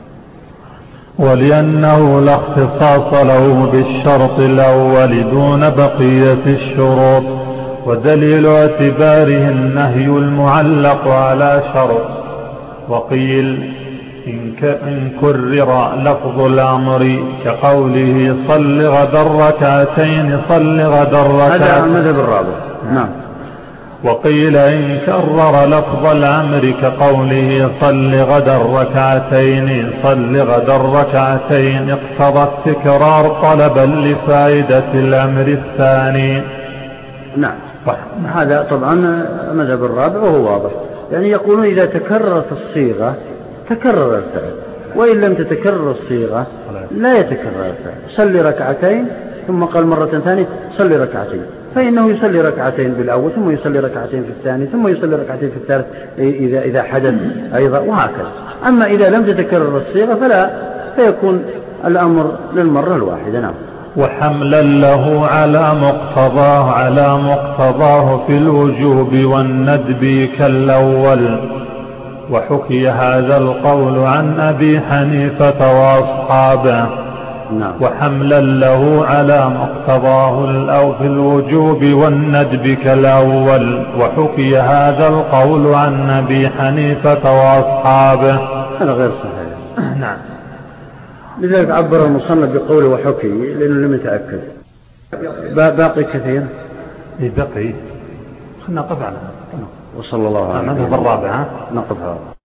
ولأنه لا اختصاص له بالشرط الأول دون بقية الشروط ودليل اعتباره النهي المعلق على شرط. وقيل إن كرر لفظ الأمر كقوله صل غدا ركعتين صل غدا ركعتين. هذا المذهب الرابع. نعم. وقيل إن كرر لفظ الأمر كقوله صل غدا ركعتين صل غدا ركعتين اقتضى التكرار طلبا لفائدة الأمر الثاني. نعم. هذا طبعا مذهب الرابع وهو واضح. يعني يقولون إذا تكررت الصيغة تكرر الفعل وإن لم تتكرر الصيغة لا يتكرر الفعل. صل ركعتين ثم قال مرة ثانية صل ركعتين فإنه يصلي ركعتين بالأول ثم يصلي ركعتين في الثاني ثم يصلي ركعتين في الثالث إذا حدث أيضا وهكذا. أما إذا لم تتكرر الصيغة فلا فيكون الأمر للمرة الواحدة. نعم. وحملا له على مقتضاه في الوجوب والندب كالأول. وحكي هذا القول عن أبي حنيفة وأصحابه. نعم. وحملا له على مقتضاه في الوجوب والندب كالأول. وحكي هذا القول عن أبي حنيفة وأصحابه. هذا غير صحيح. نعم. لذلك عبر المصنف بقوله وحكي لأنه لم يتأكد. باقي كثير. بقي خلنا نقف على وصلى الله عليه وسلم. المذهب الرابع. نقف